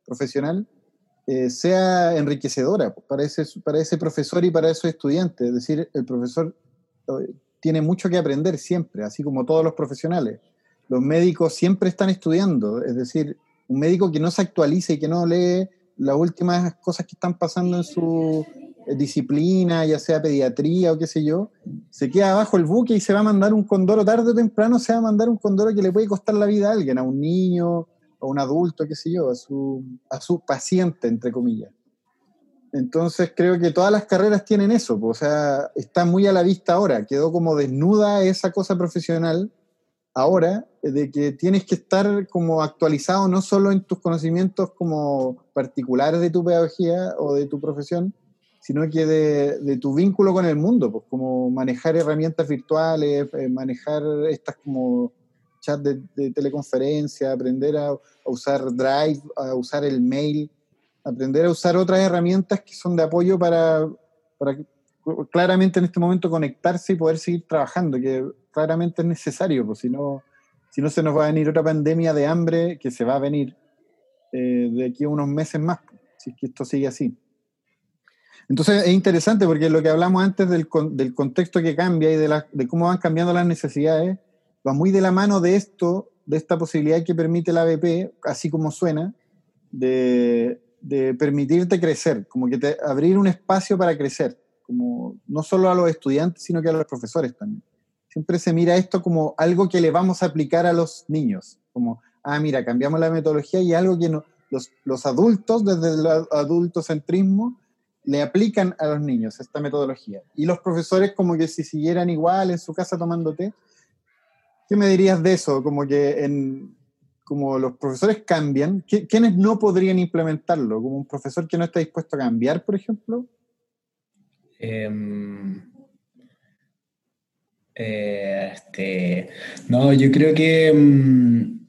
profesional eh, sea enriquecedora para ese, para ese profesor y para esos estudiantes. Es decir, el profesor eh, tiene mucho que aprender siempre, así como todos los profesionales. Los médicos siempre están estudiando, es decir, un médico que no se actualiza y que no lee las últimas cosas que están pasando en su disciplina, ya sea pediatría o qué sé yo, se queda abajo el buque y se va a mandar un condoro tarde o temprano, se va a mandar un condoro que le puede costar la vida a alguien, a un niño, a un adulto, qué sé yo, a su, a su paciente, entre comillas. Entonces creo que todas las carreras tienen eso, o sea, está muy a la vista ahora, quedó como desnuda esa cosa profesional ahora, de que tienes que estar como actualizado no solo en tus conocimientos como particulares de tu pedagogía o de tu profesión, sino que de, de tu vínculo con el mundo, pues como manejar herramientas virtuales, eh, manejar estas como chat de, de teleconferencia, aprender a, a usar Drive, a usar el mail, aprender a usar otras herramientas que son de apoyo para, para claramente en este momento conectarse y poder seguir trabajando, que claramente es necesario, pues si no, si no se nos va a venir otra pandemia de hambre que se va a venir eh, de aquí a unos meses más, si es que esto sigue así. Entonces es interesante porque lo que hablamos antes del, del contexto que cambia y de, la, de cómo van cambiando las necesidades, va muy de la mano de esto, de esta posibilidad que permite la A B P, así como suena, de, de permitirte crecer, como que te, abrir un espacio para crecer, como no solo a los estudiantes, sino que a los profesores también. Siempre se mira esto como algo que le vamos a aplicar a los niños, como, ah, mira, cambiamos la metodología y algo que no, los, los adultos, desde el adultocentrismo, le aplican a los niños esta metodología. Y los profesores como que si siguieran igual en su casa tomando té. ¿Qué me dirías de eso? Como que en, como los profesores cambian, ¿quiénes no podrían implementarlo? ¿Como un profesor que no está dispuesto a cambiar, por ejemplo? Eh, eh, este, no, yo creo que um,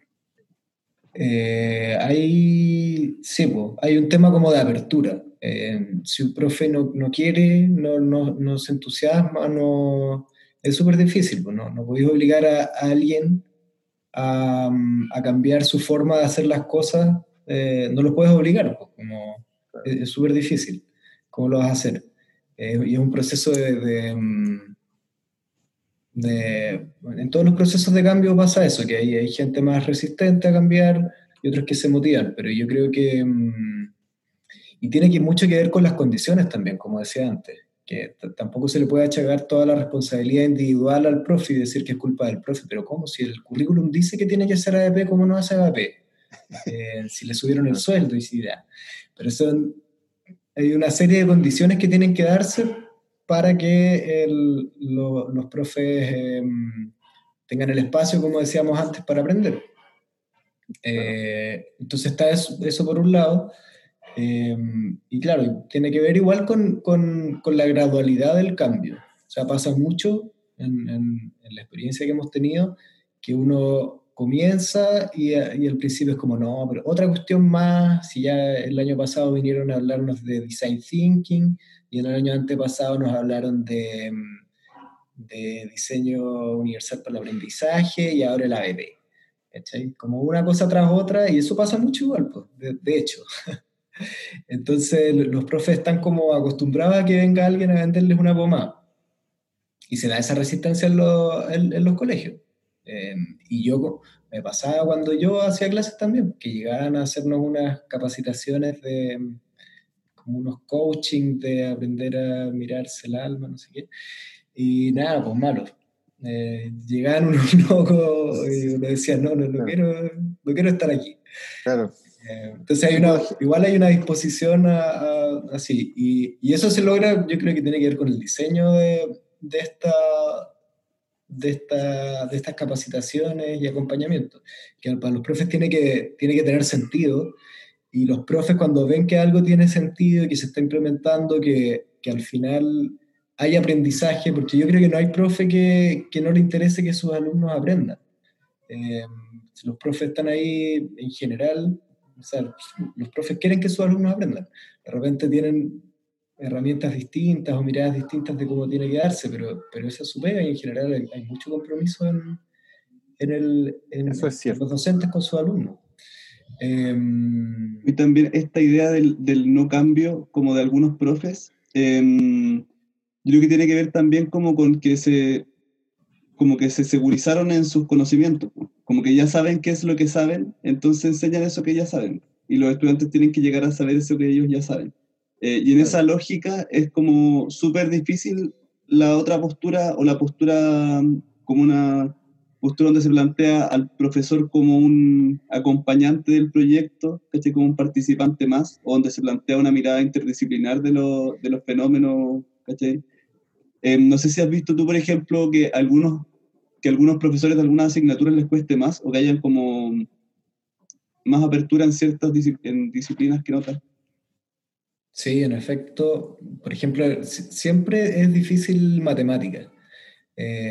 eh, hay, sí, po, hay un tema como de apertura. Eh, si un profe no, no quiere, no, no, no se entusiasma, no, es súper difícil, pues, no, no podéis obligar a, a alguien a, a cambiar su forma de hacer las cosas, eh, no lo puedes obligar, pues, como, es súper difícil. ¿Cómo lo vas a hacer? Eh, y es un proceso de, de, de... En todos los procesos de cambio pasa eso, que hay, hay gente más resistente a cambiar y otros que se motivan, pero yo creo que... Y tiene que mucho que ver con las condiciones también, como decía antes, que t- tampoco se le puede achacar toda la responsabilidad individual al profe y decir que es culpa del profe, pero ¿cómo? Si el currículum dice que tiene que ser A D P, ¿cómo no hace A D P? Eh, si le subieron el sueldo y si ya. Pero son, hay una serie de condiciones que tienen que darse para que el, lo, los profes eh, tengan el espacio, como decíamos antes, para aprender. Eh, entonces está eso, eso por un lado. Eh, y claro, tiene que ver igual con, con, con la gradualidad del cambio. O sea, pasa mucho en, en, en la experiencia que hemos tenido, que uno comienza y, y al principio es como, no, pero otra cuestión más, si ya el año pasado vinieron a hablarnos de Design Thinking y en el año antepasado nos hablaron de, de diseño universal para el aprendizaje y ahora el A B P. ¿Cachai? Como una cosa tras otra, y eso pasa mucho igual, pues, de, de hecho. Entonces los profes están como acostumbrados a que venga alguien a venderles una pomada. Y se da esa resistencia en, lo, en, en los colegios. Eh, y yo, me pasaba cuando yo hacía clases también, que llegaban a hacernos unas capacitaciones de, como unos coaching de aprender a mirarse el alma, no sé qué. Y nada, pues malos. Eh, llegaban unos locos y uno decía, no, no, no, claro. quiero, no quiero estar aquí. Claro. Entonces hay una, igual hay una disposición a, a, así, y, y eso se logra, yo creo que tiene que ver con el diseño de, de, esta, de, esta, de estas capacitaciones y acompañamiento, que para los profes tiene que, tiene que tener sentido, y los profes cuando ven que algo tiene sentido y que se está implementando, que, que al final hay aprendizaje, porque yo creo que no hay profe que, que no le interese que sus alumnos aprendan. Eh, si los profes están ahí en general, o sea, los profes quieren que sus alumnos aprendan. De repente tienen herramientas distintas o miradas distintas de cómo tiene que darse, pero, pero esa es su pega y en general hay, hay mucho compromiso en, en, el, en, Eso es en los docentes con sus alumnos. Eh, Y también esta idea del, del no cambio, como de algunos profes, eh, yo creo que tiene que ver también como con que se, como que se segurizaron en sus conocimientos, como que ya saben qué es lo que saben, entonces enseñan eso que ya saben, y los estudiantes tienen que llegar a saber eso que ellos ya saben. Eh, y en Claro. esa lógica es como súper difícil la otra postura, o la postura como una postura donde se plantea al profesor como un acompañante del proyecto, ¿cachai? Como un participante más, o donde se plantea una mirada interdisciplinar de, lo, de los fenómenos, ¿cachai? Eh, no sé si has visto tú, por ejemplo, que algunos, que algunos profesores de algunas asignaturas les cueste más, o que hayan como más apertura en ciertas disci- en disciplinas que en otras. sí, en efecto, por ejemplo, si- siempre es difícil matemática. Eh,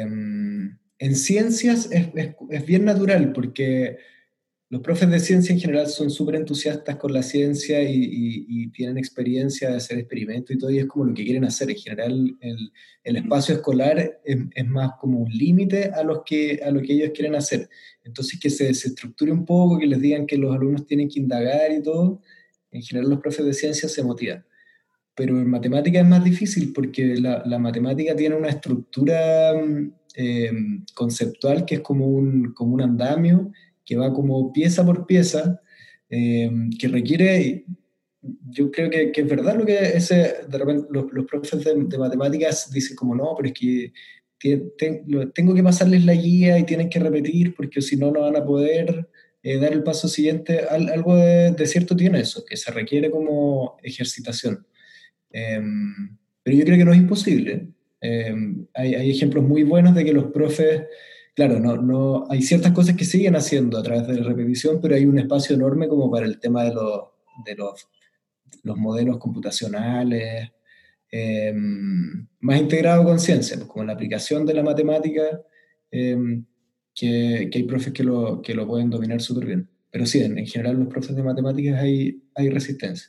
en ciencias es, es- es bien natural porque los profes de ciencia en general son súper entusiastas con la ciencia y, y- y tienen experiencia de hacer experimentos y todo, y es como lo que quieren hacer. En general, el, el espacio escolar es, es más como un límite a, los que, a lo que ellos quieren hacer. Entonces, que se, se estructure un poco, que les digan que los alumnos tienen que indagar y todo, en general los profes de ciencia se motivan. Pero en matemática es más difícil porque la, la matemática tiene una estructura mm, eh, conceptual que es como un, como un andamio que va como pieza por pieza, eh, que requiere, yo creo que, que es verdad lo que ese, de repente los, los profes de, de matemáticas dicen como no, pero es que tie- ten- lo- tengo que pasarles la guía y tienen que repetir porque si no, no van a poder eh, dar el paso siguiente. Al- algo de, de cierto tiene eso, que se requiere como ejercitación. Eh, pero yo creo que no es imposible. Eh, hay, hay ejemplos muy buenos de que los profes, claro, no, no, hay ciertas cosas que siguen haciendo a través de la repetición, pero hay un espacio enorme como para el tema de los, de los, los modelos computacionales, eh, más integrado con ciencia, pues como la aplicación de la matemática, eh, que, que hay profes que lo, que lo pueden dominar súper bien. Pero sí, en, en general los profes de matemáticas hay, hay resistencia.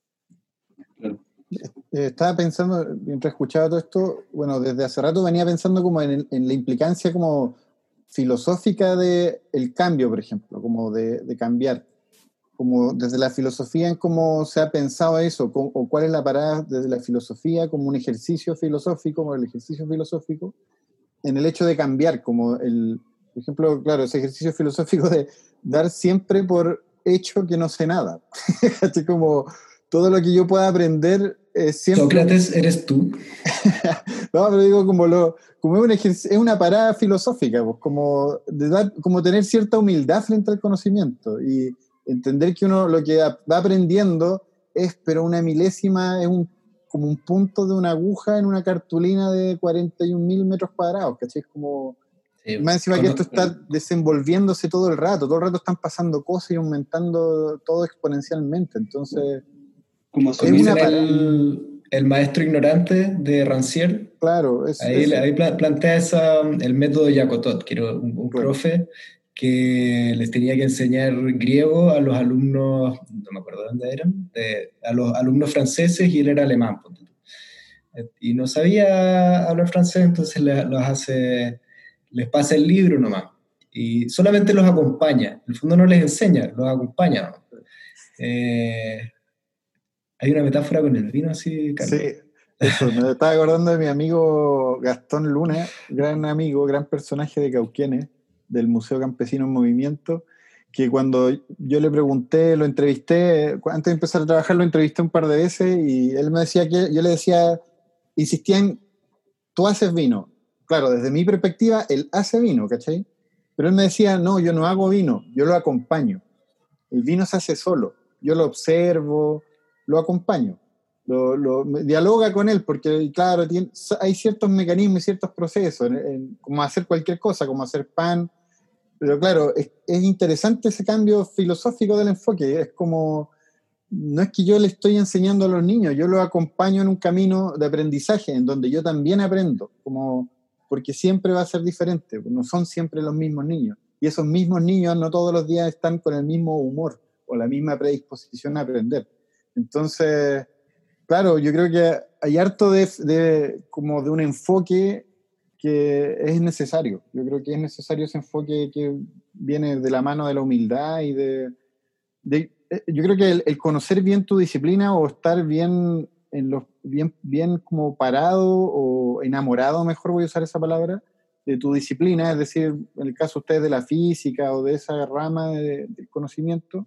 Claro. Eh, estaba pensando, mientras escuchaba todo esto, bueno, desde hace rato venía pensando como en, en la implicancia como filosófica del cambio, por ejemplo, como de, de cambiar, como desde la filosofía en cómo se ha pensado eso, o, o cuál es la parada desde la filosofía como un ejercicio filosófico, como el ejercicio filosófico, en el hecho de cambiar, como el, por ejemplo, claro, ese ejercicio filosófico de dar siempre por hecho que no sé nada. Así como todo lo que yo pueda aprender es siempre... Sócrates, ¿eres tú? No, pero digo, como, lo, como es, un ejerc- es una parada filosófica, pues, como, de dar, como tener cierta humildad frente al conocimiento y entender que uno lo que va aprendiendo es, pero una milésima, es un, como un punto de una aguja en una cartulina de cuarenta y un mil metros cuadrados, ¿cachai? Es como, Sí, más encima que esto está desenvolviéndose todo el rato, todo el rato están pasando cosas y aumentando todo exponencialmente, entonces Como es asumir, una ¿conocen parada, el, el maestro ignorante de Rancière? claro, es Ahí, eso, ahí pla- plantea esa, el método Yacotot, que era un, un claro. profe que les tenía que enseñar griego a los alumnos, no me acuerdo dónde eran, de- a los alumnos franceses y él era alemán. ponte tú. Y no sabía hablar francés, entonces le- los hace, les pasa el libro nomás. Y solamente los acompaña. En el fondo no les enseña, los acompaña nomás. Eh, hay una metáfora con el vino así, Sí, Carlos. eso, me estaba acordando de mi amigo Gastón Luna, gran amigo, gran personaje de Cauquenes, del Museo Campesino en Movimiento, que cuando yo le pregunté, lo entrevisté, antes de empezar a trabajar lo entrevisté un par de veces y él me decía que, yo le decía, insistía en, tú haces vino. Claro, desde mi perspectiva, él hace vino, ¿cachai? Pero él me decía, no, yo no hago vino, yo lo acompaño. El vino se hace solo, yo lo observo, lo acompaño. Lo, lo, dialoga con él, porque claro, tiene, hay ciertos mecanismos y ciertos procesos, en, en, como hacer cualquier cosa, como hacer pan, pero claro, es, es interesante ese cambio filosófico del enfoque, es como, no es que yo le estoy enseñando a los niños, yo los acompaño en un camino de aprendizaje, en donde yo también aprendo, como, porque siempre va a ser diferente, no son siempre los mismos niños, y esos mismos niños no todos los días están con el mismo humor, o la misma predisposición a aprender. Entonces... Claro, yo creo que hay harto de, de, como de un enfoque que es necesario. Yo creo que es necesario ese enfoque que viene de la mano de la humildad y de, de, yo creo que el, el conocer bien tu disciplina o estar bien, en los, bien, bien como parado o enamorado, mejor voy a usar esa palabra, de tu disciplina, es decir, en el caso de ustedes de la física o de esa rama de, del conocimiento,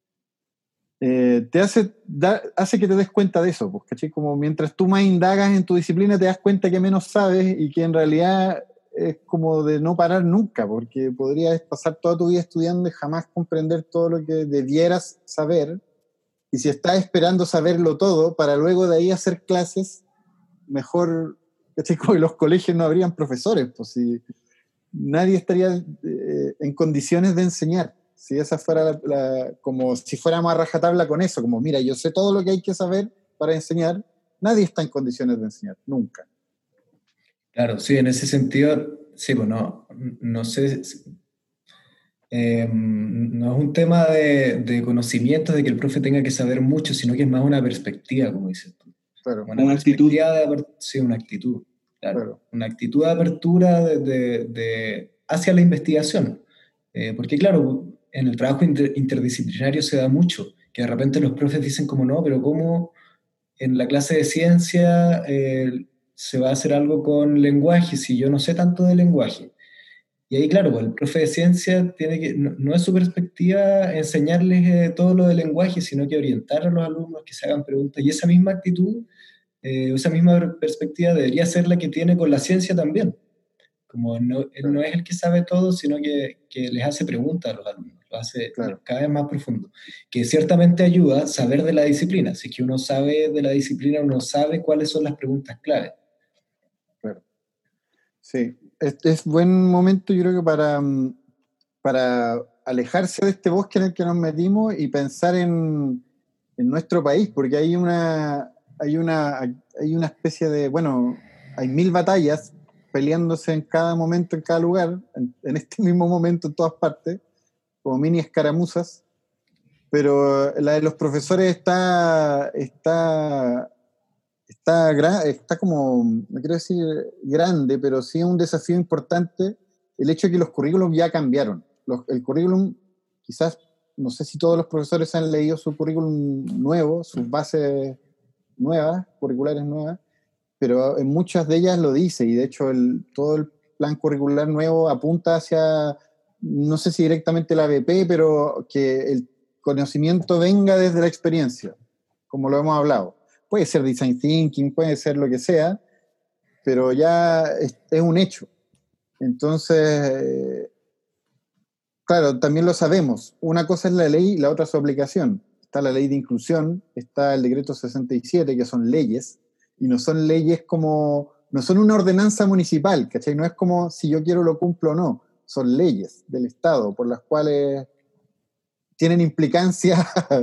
eh, te hace, da, hace que te des cuenta de eso, pues, ¿cachai? Como mientras tú más indagas en tu disciplina te das cuenta que menos sabes y que en realidad es como de no parar nunca, porque podrías pasar toda tu vida estudiando y jamás comprender todo lo que debieras saber, y si estás esperando saberlo todo para luego de ahí hacer clases, mejor, ¿cachai? Como en los colegios no habrían profesores, pues si nadie estaría eh, en condiciones de enseñar, si esa fuera la, la, como si fuéramos a rajatabla con eso, como mira, yo sé todo lo que hay que saber para enseñar, nadie está en condiciones de enseñar, nunca. Claro, sí, en ese sentido, sí, pues no, no sé, eh, no es un tema de, de conocimientos, de que el profe tenga que saber mucho, sino que es más una perspectiva, como dices tú. Claro. Una, Una actitud. De, sí, una actitud, claro. Claro. Una actitud de apertura de, de, de, hacia la investigación. Eh, porque claro, en el trabajo inter, interdisciplinario se da mucho, que de repente los profes dicen como no, pero ¿cómo en la clase de ciencia eh, se va a hacer algo con lenguaje si yo no sé tanto de lenguaje? Y ahí, claro, pues el profe de ciencia tiene que, no, no es su perspectiva enseñarles eh, todo lo del lenguaje, sino que orientar a los alumnos que se hagan preguntas. Y esa misma actitud, eh, esa misma perspectiva debería ser la que tiene con la ciencia también. Como no, él no es el que sabe todo, sino que, que les hace preguntas a los alumnos, lo hace Claro. cada vez más profundo. Que ciertamente ayuda a saber de la disciplina. Si es que uno sabe de la disciplina, uno sabe cuáles son las preguntas clave. Claro. Sí, es, es buen momento yo creo que para, para alejarse de este bosque en el que nos metimos y pensar en, en nuestro país, porque hay una, hay, una, hay una especie de, bueno, hay mil batallas peleándose en cada momento, en cada lugar, en, en este mismo momento en todas partes, como mini escaramuzas, pero la de los profesores está, está, está, gra- está como, no quiero decir grande, pero sí es un desafío importante el hecho de que los currículums ya cambiaron. Los, el currículum, quizás, no sé si todos los profesores han leído su currículum nuevo, sus bases nuevas, curriculares nuevas, pero en muchas de ellas lo dice, y de hecho el, todo el plan curricular nuevo apunta hacia, no sé si directamente la A B P, pero que el conocimiento venga desde la experiencia, como lo hemos hablado. Puede ser design thinking, puede ser lo que sea, pero ya es, es un hecho. Entonces, eh, claro, también lo sabemos. Una cosa es la ley y la otra es su aplicación. Está la ley de inclusión, está el decreto sesenta y siete, que son leyes, y no son leyes como, no son una ordenanza municipal, ¿cachai? No es como si yo quiero lo cumplo o no, son leyes del Estado por las cuales tienen implicancias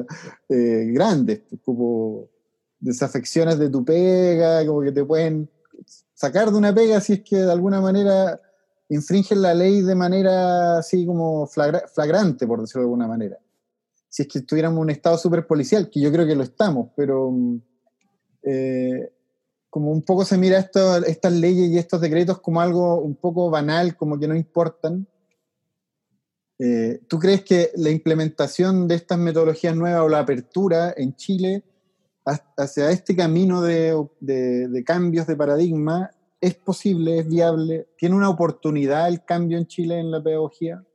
eh, grandes, como desafecciones de tu pega, como que te pueden sacar de una pega si es que de alguna manera infringen la ley de manera así como flagra- flagrante, por decirlo de alguna manera. Si es que estuviéramos en un estado súper policial, que yo creo que lo estamos, pero eh, como un poco se mira esto, estas leyes y estos decretos como algo un poco banal, como que no importan. Eh, ¿Tú crees que la implementación de estas metodologías nuevas o la apertura en Chile hacia este camino de, de, de cambios de paradigma es posible, es viable? ¿Tiene una oportunidad el cambio en Chile en la pedagogía?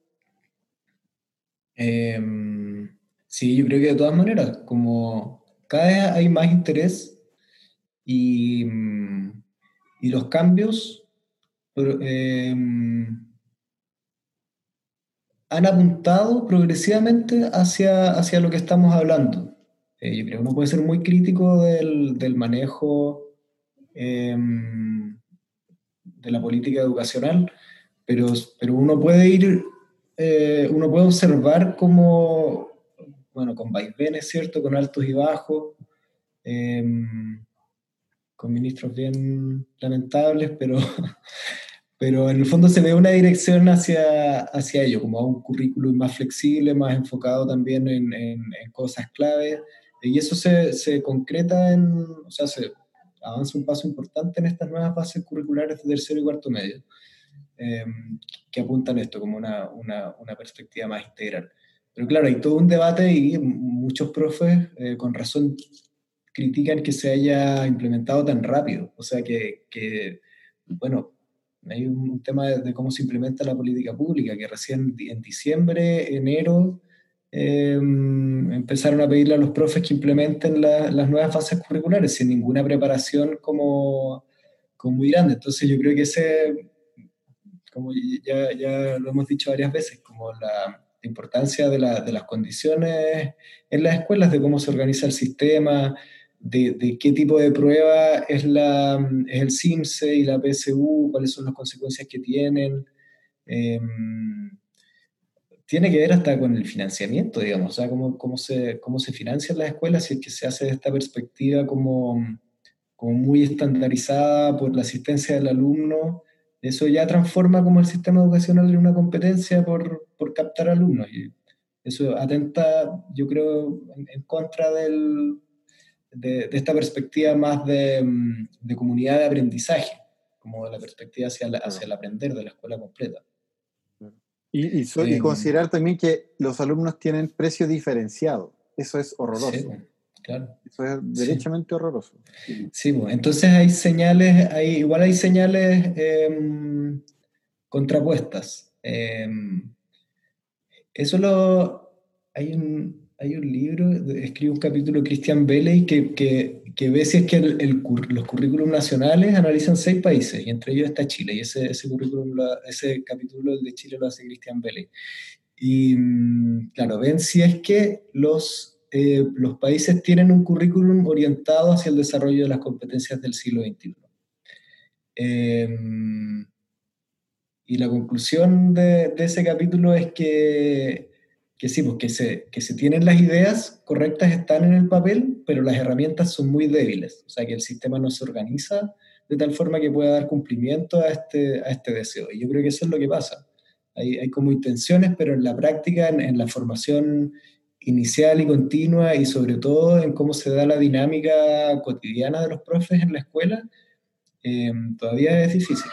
Eh, sí, yo creo que de todas maneras, como cada vez hay más interés y, y los cambios eh, han apuntado progresivamente hacia, hacia lo que estamos hablando. Eh, yo creo que uno puede ser muy crítico del, del manejo eh, de la política educacional, pero, pero uno puede ir, eh, uno puede observar como, bueno, con vaivenes, ¿cierto? Con altos y bajos, eh, con ministros bien lamentables, pero, pero en el fondo se ve una dirección hacia, hacia ello, como a un currículum más flexible, más enfocado también en, en, en cosas claves, y eso se, se concreta en, o sea, se avanza un paso importante en estas nuevas bases curriculares de tercero y cuarto medio, eh, que apuntan esto como una, una, una perspectiva más integral. pero claro, hay todo un debate y muchos profes eh, con razón critican que se haya implementado tan rápido. O sea que, que bueno, hay un tema de, de cómo se implementa la política pública, que recién en diciembre, enero, eh, empezaron a pedirle a los profes que implementen la, las nuevas fases curriculares sin ninguna preparación como, como muy grande. Entonces yo creo que ese, como ya, ya lo hemos dicho varias veces, como la, la importancia de, la, de las condiciones en las escuelas, de cómo se organiza el sistema, de, de qué tipo de prueba es, la, es el CIMSE y la P S U, cuáles son las consecuencias que tienen. Eh, tiene que ver hasta con el financiamiento, digamos, o sea, cómo, cómo, se, cómo se financian las escuelas, si es que se hace de esta perspectiva como, como muy estandarizada por la asistencia del alumno. Eso ya transforma como el sistema educacional en una competencia por, por captar alumnos. Y eso atenta, yo creo, en, en contra del, de, de esta perspectiva más de, de comunidad de aprendizaje, como de la perspectiva hacia, la, hacia el aprender de la escuela completa. Y, y, so, eh, y considerar también que los alumnos tienen precio diferenciado. Eso es horroroso. Sí, claro. Eso es derechamente sí. horroroso. Sí, bueno, entonces hay señales, hay, igual hay señales eh, contrapuestas. Eh, eso lo... Hay un, hay un libro, escribe un capítulo Christian Belley que, que, que ve si es que el, el, los currículums nacionales analizan seis países, y entre ellos está Chile, y ese, ese, currículum, ese capítulo el de Chile lo hace Christian Belley. Y claro, ven si es que los, eh, los países tienen un currículum orientado hacia el desarrollo de las competencias del siglo veintiuno. Eh, y la conclusión de, de ese capítulo es que que sí, pues que se, que se tienen las ideas correctas, están en el papel, pero las herramientas son muy débiles. O sea, que el sistema no se organiza de tal forma que pueda dar cumplimiento a este, a este deseo. Y yo creo que eso es lo que pasa. Hay, hay como intenciones, pero en la práctica, en, en la formación inicial y continua, y sobre todo en cómo se da la dinámica cotidiana de los profes en la escuela, eh, todavía es difícil.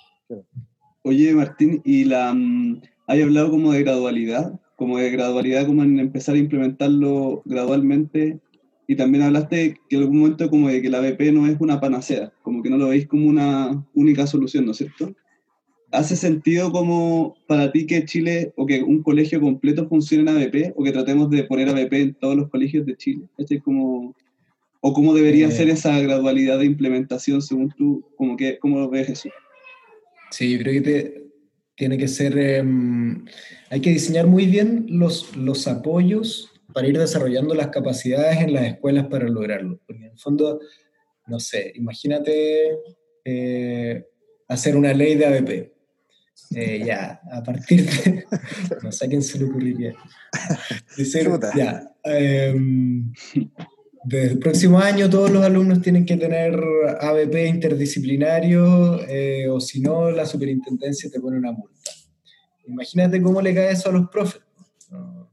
Oye, Martín, ¿y la, hay hablado como de gradualidad? como de gradualidad, como en empezar a implementarlo gradualmente, y también hablaste que en algún momento como de que la A B P no es una panacea, como que no lo veis como una única solución, ¿no es cierto? ¿Hace sentido como para ti que Chile, o que un colegio completo funcione en A B P, o que tratemos de poner A B P en todos los colegios de Chile? ¿Este es como, o cómo debería eh, ser esa gradualidad de implementación según tú, como que, cómo lo ves eso? Sí, yo creo que te... Tiene que ser, eh, hay que diseñar muy bien los, los apoyos para ir desarrollando las capacidades en las escuelas para lograrlo. Porque en el fondo, no sé, imagínate eh, hacer una ley de A B P. Eh, ya, a partir de... No sé a quién se le ocurriría. Decir, ya, eh, desde el próximo año todos los alumnos tienen que tener A B P interdisciplinario, eh, o si no, la superintendencia te pone una multa. Imagínate cómo le cae eso a los profes. No,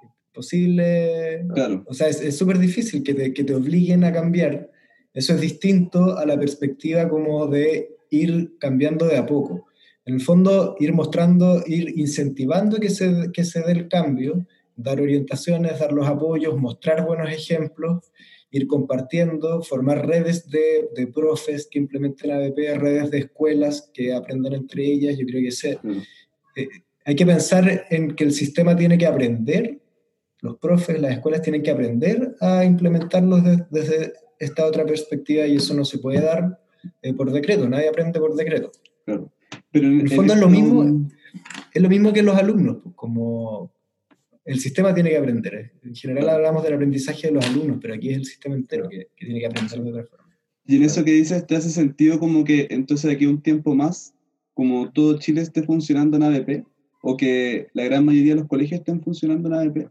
posible. Claro. O sea, es súper difícil que te, que te obliguen a cambiar. Eso es distinto a la perspectiva como de ir cambiando de a poco. En el fondo, ir mostrando, ir incentivando que se, que se dé el cambio, dar orientaciones, dar los apoyos, mostrar buenos ejemplos, ir compartiendo, formar redes de, de profes que implementen A B P, redes de escuelas que aprendan entre ellas. Yo creo que ese, mm. eh, hay que pensar en que el sistema tiene que aprender, los profes, las escuelas tienen que aprender a implementarlos de, desde esta otra perspectiva, y eso no se puede dar eh, por decreto, nadie aprende por decreto. Claro. Pero en, en el fondo en es, lo mismo, es lo mismo que los alumnos, pues, como el sistema tiene que aprender. En general claro. hablamos del aprendizaje de los alumnos, pero aquí es el sistema entero que, que tiene que aprender de otra forma. Y en eso que dices, ¿te hace sentido como que entonces de aquí a un tiempo más, como todo Chile esté funcionando en A B P, o que la gran mayoría de los colegios estén funcionando en A B P?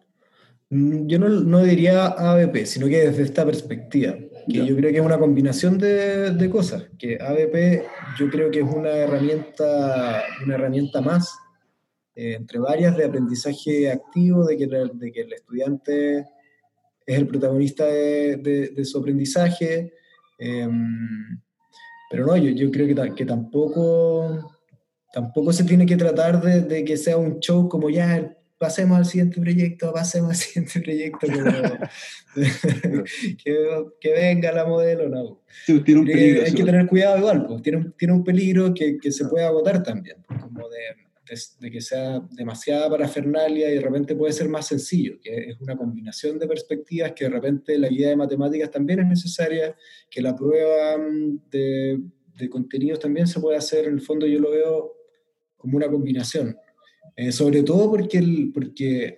Yo no, no diría A B P, sino que desde esta perspectiva, que yeah. yo creo que es una combinación de, de cosas, que A B P yo creo que es una herramienta, una herramienta más, eh, entre varias, de aprendizaje activo, de que, de que el estudiante es el protagonista de, de, de su aprendizaje, eh, pero no, yo, yo creo que, que tampoco, tampoco se tiene que tratar de, de que sea un show como ya... pasemos al siguiente proyecto, pasemos al siguiente proyecto, como, que, que venga la modelo, no. Sí, tiene un peligro. Hay Sí, que tener cuidado igual, pues, tiene, un, tiene un peligro que, que se puede agotar también, pues, como de, de, de que sea demasiada parafernalia y de repente puede ser más sencillo, que es una combinación de perspectivas que de repente la guía de matemáticas también es necesaria, que la prueba de, de contenidos también se puede hacer, en el fondo yo lo veo como una combinación. Eh, sobre todo porque, el, porque,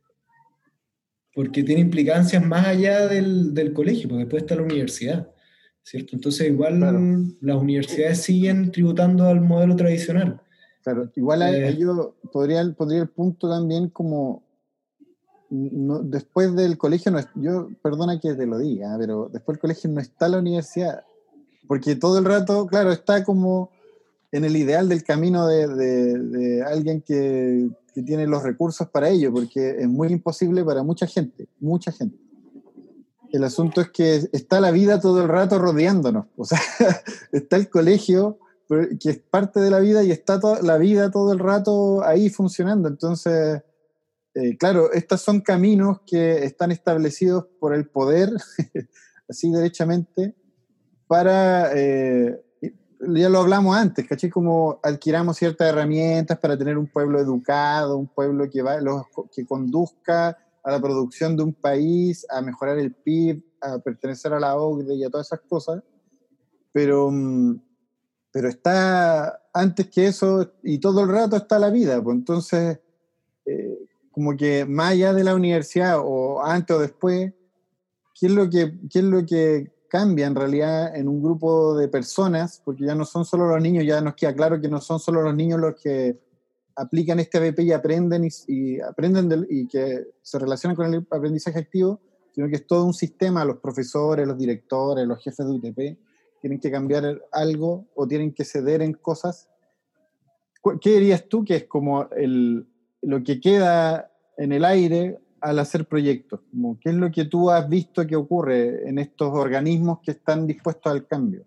porque tiene implicancias más allá del, del colegio, porque después está la universidad, ¿cierto? Entonces igual claro, las universidades siguen tributando al modelo tradicional. Claro, igual eh, ahí yo podría, podría el punto también como, no, después del colegio, no es, yo perdona que te lo diga, pero después del colegio no está la universidad, porque todo el rato, claro, está como en el ideal del camino de, de, de alguien que, que tiene los recursos para ello, porque es muy imposible para mucha gente, mucha gente. El asunto es que está la vida todo el rato rodeándonos, o sea, está el colegio, que es parte de la vida, y está to- la vida todo el rato ahí funcionando. Entonces, eh, claro, estos son caminos que están establecidos por el poder, así derechamente, para... Eh, ya lo hablamos antes, ¿cachai? Como adquiramos ciertas herramientas para tener un pueblo educado, un pueblo que, va, los, que conduzca a la producción de un país, a mejorar el P I B, a pertenecer a la O C D E y a todas esas cosas, pero, pero está antes que eso y todo el rato está la vida, pues entonces, eh, como que más allá de la universidad o antes o después, ¿qué es lo que, qué es lo que cambia en realidad en un grupo de personas? Porque ya no son solo los niños, ya nos queda claro que no son solo los niños los que aplican este A B P y aprenden y, y aprenden del, y que se relacionan con el aprendizaje activo, sino que es todo un sistema. Los profesores, los directores, los jefes de U T P tienen que cambiar algo o tienen que ceder en cosas. ¿Qué dirías tú que es como el, lo que queda en el aire al hacer proyectos? Como, ¿qué es lo que tú has visto que ocurre en estos organismos que están dispuestos al cambio?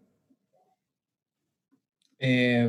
Eh,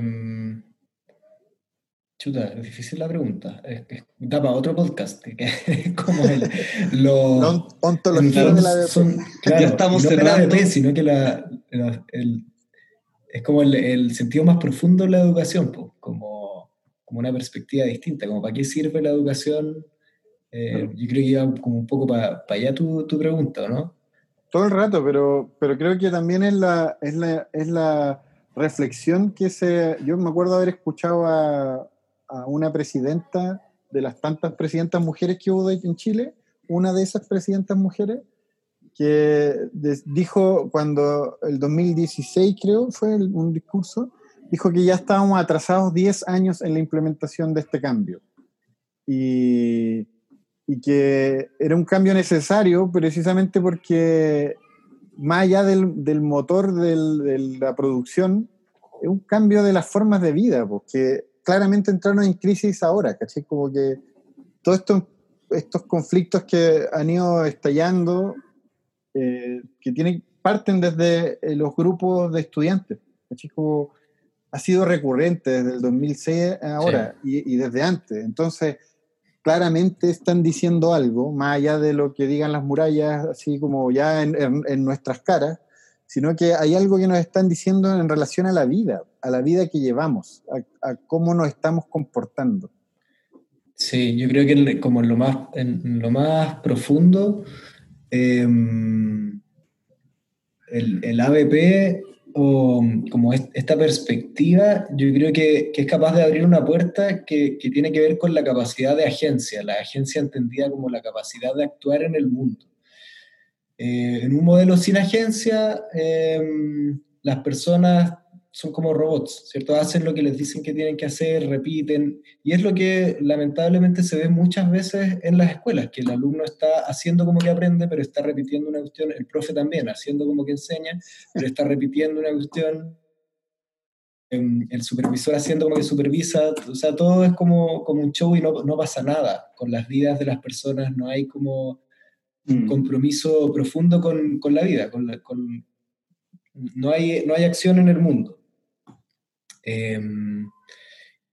chuta, es difícil la pregunta. Es, es, da para otro podcast. Que es como el, lo, la on- ontología de la A B P. Son, claro, ya estamos no cerrando. la A B P, sino que la, la, el, es como el, el sentido más profundo de la educación, pues, como, como una perspectiva distinta. Como para qué sirve la educación. Eh, claro. Yo creo que iba como un poco para pa allá tu, tu pregunta, ¿no? Todo el rato, pero, pero creo que también es la, es, la, es la reflexión que se... Yo me acuerdo haber escuchado a, a una presidenta, de las tantas presidentas mujeres que hubo en Chile, una de esas presidentas mujeres, que dijo cuando el dos mil dieciséis, creo, fue un discurso, dijo que ya estábamos atrasados diez años en la implementación de este cambio. Y... y que era un cambio necesario precisamente porque más allá del, del motor del, de la producción, es un cambio de las formas de vida, porque claramente entraron en crisis ahora, ¿cachai? Como que todos estos, estos conflictos que han ido estallando, eh, que tienen, parten desde los grupos de estudiantes, ¿cachai? Como ha sido recurrente desde el dos mil seis ahora, sí. y, y desde antes. Entonces, claramente están diciendo algo, más allá de lo que digan las murallas, así como ya en, en, en nuestras caras, sino que hay algo que nos están diciendo en relación a la vida, a la vida que llevamos, a, a cómo nos estamos comportando. Sí, yo creo que como en lo más, en lo más profundo, eh, el, el A B P o como esta perspectiva, yo creo que, que es capaz de abrir una puerta que, que tiene que ver con la capacidad de agencia, la agencia entendida como la capacidad de actuar en el mundo. Eh, en un modelo sin agencia, eh, las personas son como robots, ¿cierto? Hacen lo que les dicen que tienen que hacer, repiten, y es lo que lamentablemente se ve muchas veces en las escuelas, que el alumno está haciendo como que aprende, pero está repitiendo una cuestión, el profe también, haciendo como que enseña, pero está repitiendo una cuestión, el supervisor haciendo como que supervisa, o sea, todo es como, como un show y no, no pasa nada con las vidas de las personas, no hay como un compromiso profundo con, con la vida, con la, con, no, hay, no hay acción en el mundo. Eh,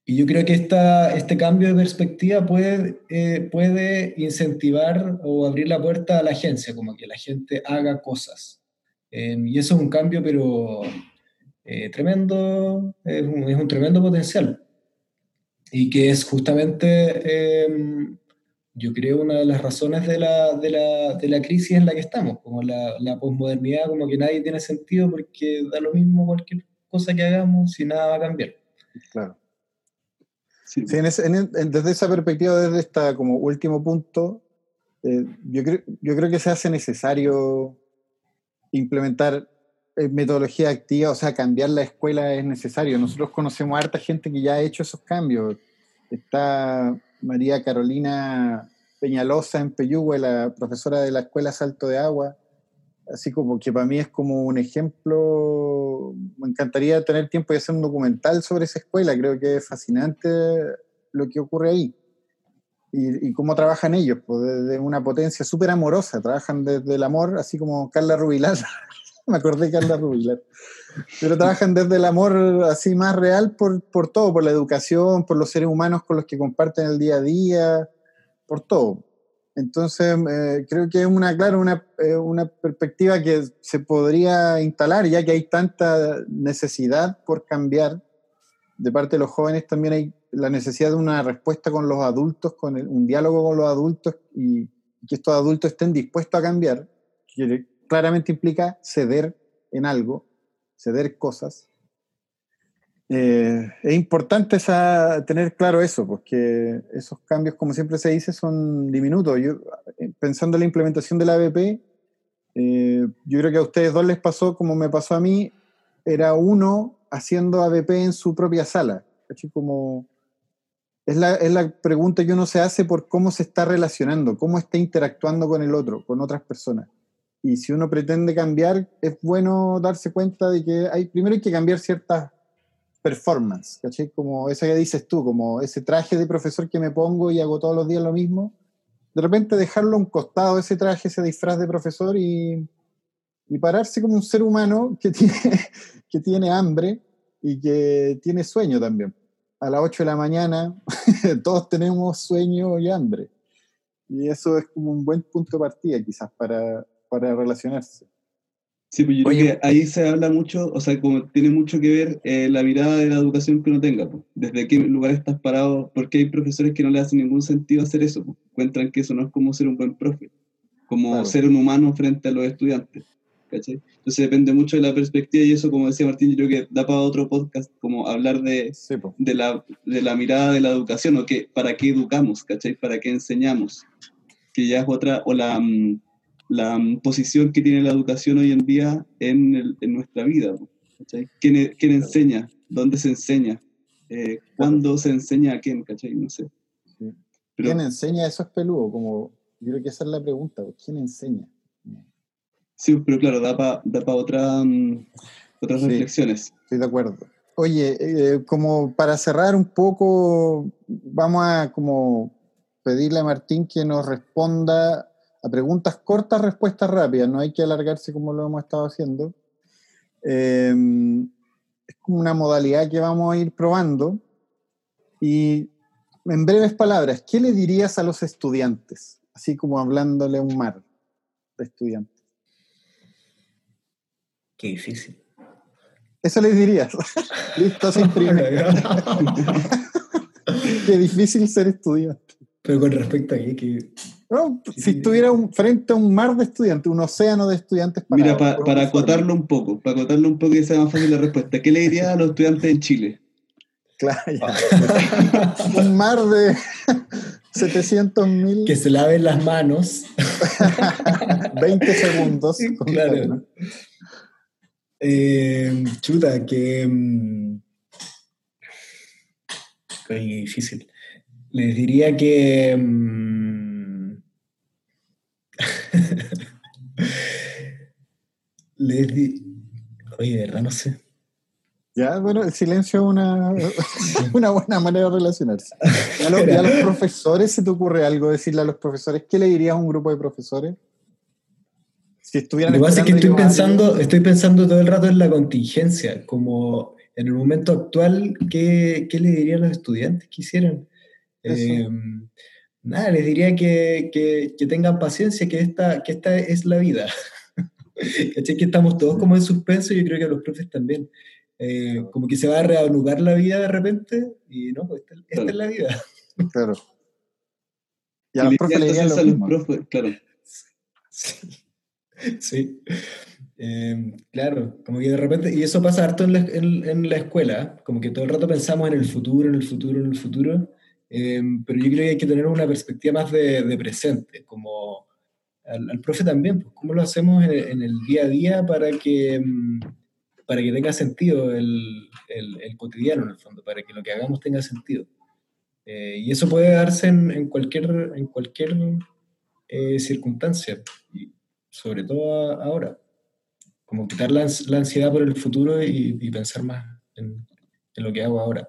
Y yo creo que esta, este cambio de perspectiva puede, eh, puede incentivar o abrir la puerta a la agencia, como que la gente haga cosas. Eh, y eso es un cambio, pero eh, tremendo, es un, es un tremendo potencial. Y que es justamente, eh, yo creo, una de las razones de la, de la, de la crisis en la que estamos, como la, la posmodernidad, como que nadie tiene sentido porque da lo mismo cualquier cosa que hagamos y nada va a cambiar. Claro. Sí, sí en ese, en, en, desde esa perspectiva, desde este como último punto, eh, yo, creo, yo creo que se hace necesario implementar eh, metodología activa, o sea, cambiar la escuela es necesario. Nosotros conocemos a harta gente que ya ha hecho esos cambios. Está María Carolina Peñalosa en Peyúgue, la profesora de la Escuela Salto de Agua, así como que para mí es como un ejemplo. Me encantaría tener tiempo de hacer un documental sobre esa escuela, creo que es fascinante lo que ocurre ahí y, y cómo trabajan ellos, pues desde una potencia súper amorosa, trabajan desde el amor, así como Carla Rubilar, me acordé de Carla Rubilar, pero trabajan desde el amor así más real por, por todo, por la educación, por los seres humanos con los que comparten el día a día, por todo. Entonces, eh, creo que es una, claro, una, eh, una perspectiva que se podría instalar, ya que hay tanta necesidad por cambiar. De parte de los jóvenes también hay la necesidad de una respuesta con los adultos, con el, un diálogo con los adultos y, y que estos adultos estén dispuestos a cambiar, que claramente implica ceder en algo, ceder cosas. Eh, es importante esa, tener claro eso, porque esos cambios, como siempre se dice, son diminutos. Yo, pensando en la implementación de la A B P, eh, yo creo que a ustedes dos les pasó como me pasó a mí, era uno haciendo A B P en su propia sala. Así como, es, la, es la pregunta que uno se hace por cómo se está relacionando, cómo está interactuando con el otro, con otras personas. Y si uno pretende cambiar, es bueno darse cuenta de que hay, primero hay que cambiar ciertas performance, ¿cachai? Como esa que dices tú, como ese traje de profesor que me pongo y hago todos los días lo mismo, de repente dejarlo a un costado, ese traje, ese disfraz de profesor y, y pararse como un ser humano que tiene, que tiene hambre y que tiene sueño también. A las ocho de la mañana todos tenemos sueño y hambre. Y eso es como un buen punto de partida quizás para, para relacionarse. Sí, pues yo Oye, creo que ahí se habla mucho, o sea, como tiene mucho que ver eh, la mirada de la educación que uno tenga, pues, desde qué lugar estás parado, porque hay profesores que no le hacen ningún sentido hacer eso, pues, encuentran que eso no es como ser un buen profe, como claro. ser un humano frente a los estudiantes, ¿cachai? Entonces depende mucho de la perspectiva y eso, como decía Martín, yo creo que da para otro podcast, como hablar de, sí, pues. de, la, de la mirada de la educación, o que, para qué educamos, ¿cachai? Para qué enseñamos, que ya es otra, o la... Um, la um, posición que tiene la educación hoy en día en, el, en nuestra vida. ¿Cachai? ¿Quién, quién enseña? ¿Dónde se enseña? Eh, ¿Cuándo claro. se enseña a quién? ¿Cachai? No sé. Sí. Pero, ¿quién enseña? Eso es peludo. Como, yo creo que esa es la pregunta. ¿Quién enseña? Sí, pero claro, da para da pa otra, um, otras sí, reflexiones. Estoy de acuerdo. Oye, eh, como para cerrar un poco, vamos a como pedirle a Martín que nos responda a preguntas cortas, respuestas rápidas, no hay que alargarse como lo hemos estado haciendo. Eh, es como una modalidad que vamos a ir probando. Y en breves palabras, ¿qué le dirías a los estudiantes? Así como hablándole a un mar de estudiantes. Qué difícil. Eso les dirías. Listo, se imprime. Qué difícil ser estudiante. Pero con respecto a qué, que... No, si estuviera un, frente a un mar de estudiantes, un océano de estudiantes parados. Mira, pa, para acotarlo un poco, para acotarlo un poco y que sea más fácil la respuesta, ¿qué le dirías a los estudiantes en Chile? Claro, ya. Un mar de setecientos mil. Que se laven las manos. veinte segundos. Claro. Eh, chuta, que... Um, qué difícil. Les diría que... Um, les di... Oye, de verdad no sé. Ya, bueno, el silencio es una, una buena manera de relacionarse. ¿Y a, los, ¿Y a los profesores se te ocurre algo decirle a los profesores? ¿Qué le dirías a un grupo de profesores? Si estuvieran Lo que pasa es que estoy pensando, estoy pensando todo el rato en la contingencia, como en el momento actual, ¿qué, qué le diría a los estudiantes que hicieran? Eh, nada, les diría que, que, que tengan paciencia, que esta, que esta es la vida. ¿Cachai? Que estamos todos como en suspenso, yo creo que a los profes también. Eh, como que se va a reanudar la vida de repente, y no, pues esta, esta claro. es la vida. Claro. Y a los profes le dirían lo a mismo. Los profes, claro. Sí. Sí. Eh, claro, como que de repente, y eso pasa harto en la, en, en la escuela, como que todo el rato pensamos en el futuro, en el futuro, en el futuro, eh, pero yo creo que hay que tener una perspectiva más de, de presente, como al, al profe también, pues cómo lo hacemos en, en el día a día para que, para que tenga sentido el, el, el cotidiano en el fondo, para que lo que hagamos tenga sentido. Eh, y eso puede darse en, en cualquier, en cualquier eh, circunstancia, y sobre todo a, ahora. Como quitar la, la ansiedad por el futuro y, y pensar más en, en lo que hago ahora.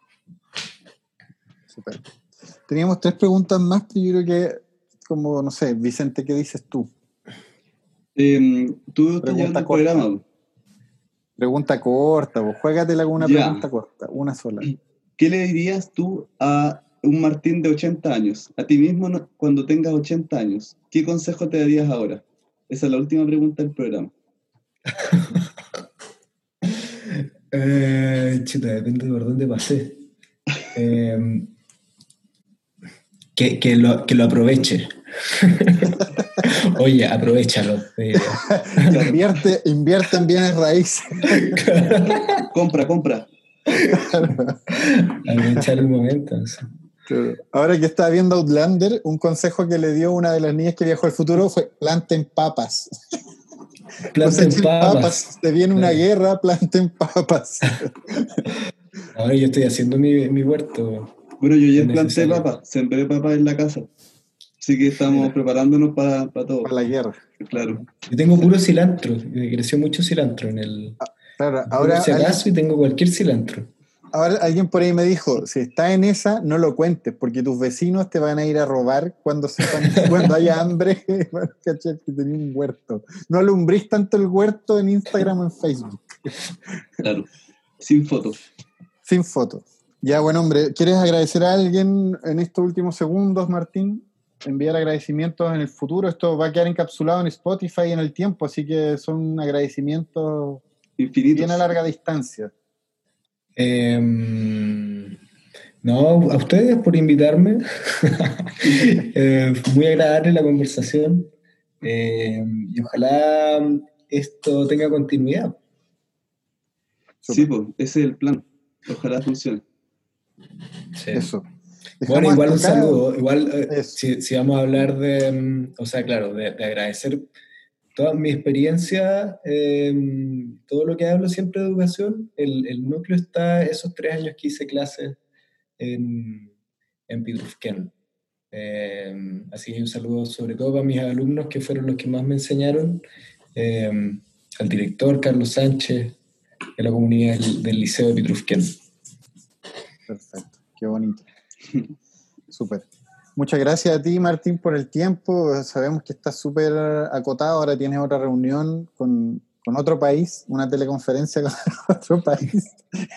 Super. Teníamos tres preguntas más, pero yo creo que, como, no sé, Vicente, ¿qué dices tú? Eh, tú estás llevando el programa. Pregunta corta, vos juégatela con una ya. pregunta corta, una sola. ¿Qué le dirías tú a un Martín de ochenta años, a ti mismo cuando tengas ochenta años? ¿Qué consejo te darías ahora? Esa es la última pregunta del programa. eh, chita, depende de por dónde pasé. Eh, que, que, lo, que lo aproveche. Oye, aprovechalo. Eh. invierte, invierte en bienes raíces. compra, compra. Aprovechar el momento. ¿Sí? Ahora que estaba viendo Outlander, un consejo que le dio una de las niñas que viajó al futuro fue: planten papas. Planten pues papas. papas. Te viene una guerra, planten papas. Ahora yo estoy haciendo mi, mi huerto. Bueno, yo ya planté papas, sembré papas en la casa. Así que estamos preparándonos para, para todo. Para la guerra. Claro. Yo tengo puro cilantro. Me creció mucho cilantro en el... Ah, claro, ahora... Si acaso, alguien, y tengo cualquier cilantro. Ahora alguien por ahí me dijo, si estás en esa, no lo cuentes, porque tus vecinos te van a ir a robar cuando, sepan, cuando haya hambre. Bueno, caché, que tenía un huerto. No alumbrís tanto el huerto en Instagram o en Facebook. Claro. Sin fotos. Sin fotos. Ya, bueno, hombre, ¿quieres agradecer a alguien en estos últimos segundos, Martín? Enviar agradecimientos en el futuro. Esto va a quedar encapsulado en Spotify en el tiempo, así que son agradecimientos infinitos, bien a larga distancia. Eh, no, a ustedes por invitarme. eh, muy agradable la conversación. Eh, y ojalá esto tenga continuidad. Sí, pues, ese es el plan. Ojalá funcione. Sí. Eso. Bueno, igual un saludo. Igual, eh, si, si vamos a hablar de, o sea, claro, de, de agradecer toda mi experiencia, eh, todo lo que hablo siempre de educación, el, el núcleo está esos tres años que hice clases en, en Pidrufquén. Eh, así que un saludo sobre todo para mis alumnos que fueron los que más me enseñaron, eh, al director Carlos Sánchez, de la comunidad del, del Liceo de Pidrufquén. Perfecto, qué bonito. Súper. Muchas gracias a ti, Martín, por el tiempo. Sabemos que estás súper acotado. Ahora tienes otra reunión con, con otro país, una teleconferencia con otro país.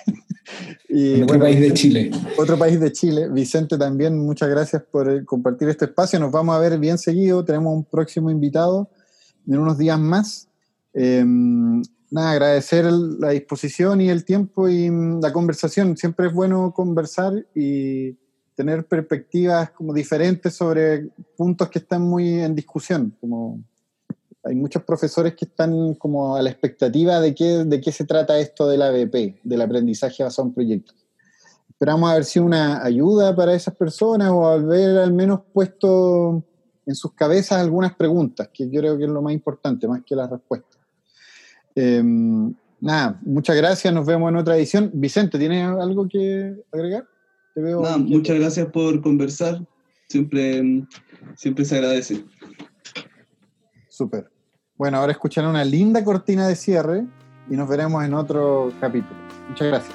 y, otro bueno, país de Chile. Otro país de Chile. Vicente, también muchas gracias por compartir este espacio. Nos vamos a ver bien seguido. Tenemos un próximo invitado en unos días más. Eh, nada, agradecer la disposición y el tiempo y la conversación. Siempre es bueno conversar y tener perspectivas como diferentes sobre puntos que están muy en discusión. Como hay muchos profesores que están como a la expectativa de qué, de qué se trata esto del A B P, del aprendizaje basado en proyectos. Esperamos haber sido una ayuda para esas personas o haber al menos puesto en sus cabezas algunas preguntas, que yo creo que es lo más importante, más que las respuestas. Eh, nada, muchas gracias, nos vemos en otra edición. Vicente, ¿tienes algo que agregar? Te veo nada, muchas gracias por conversar, siempre, siempre se agradece. Súper. Bueno, ahora escucharán una linda cortina de cierre y nos veremos en otro capítulo. Muchas gracias.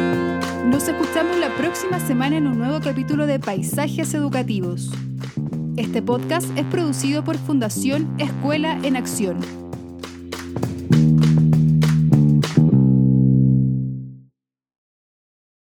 Nos escuchamos la próxima semana en un nuevo capítulo de Paisajes Educativos. Este podcast es producido por Fundación Escuela en Acción.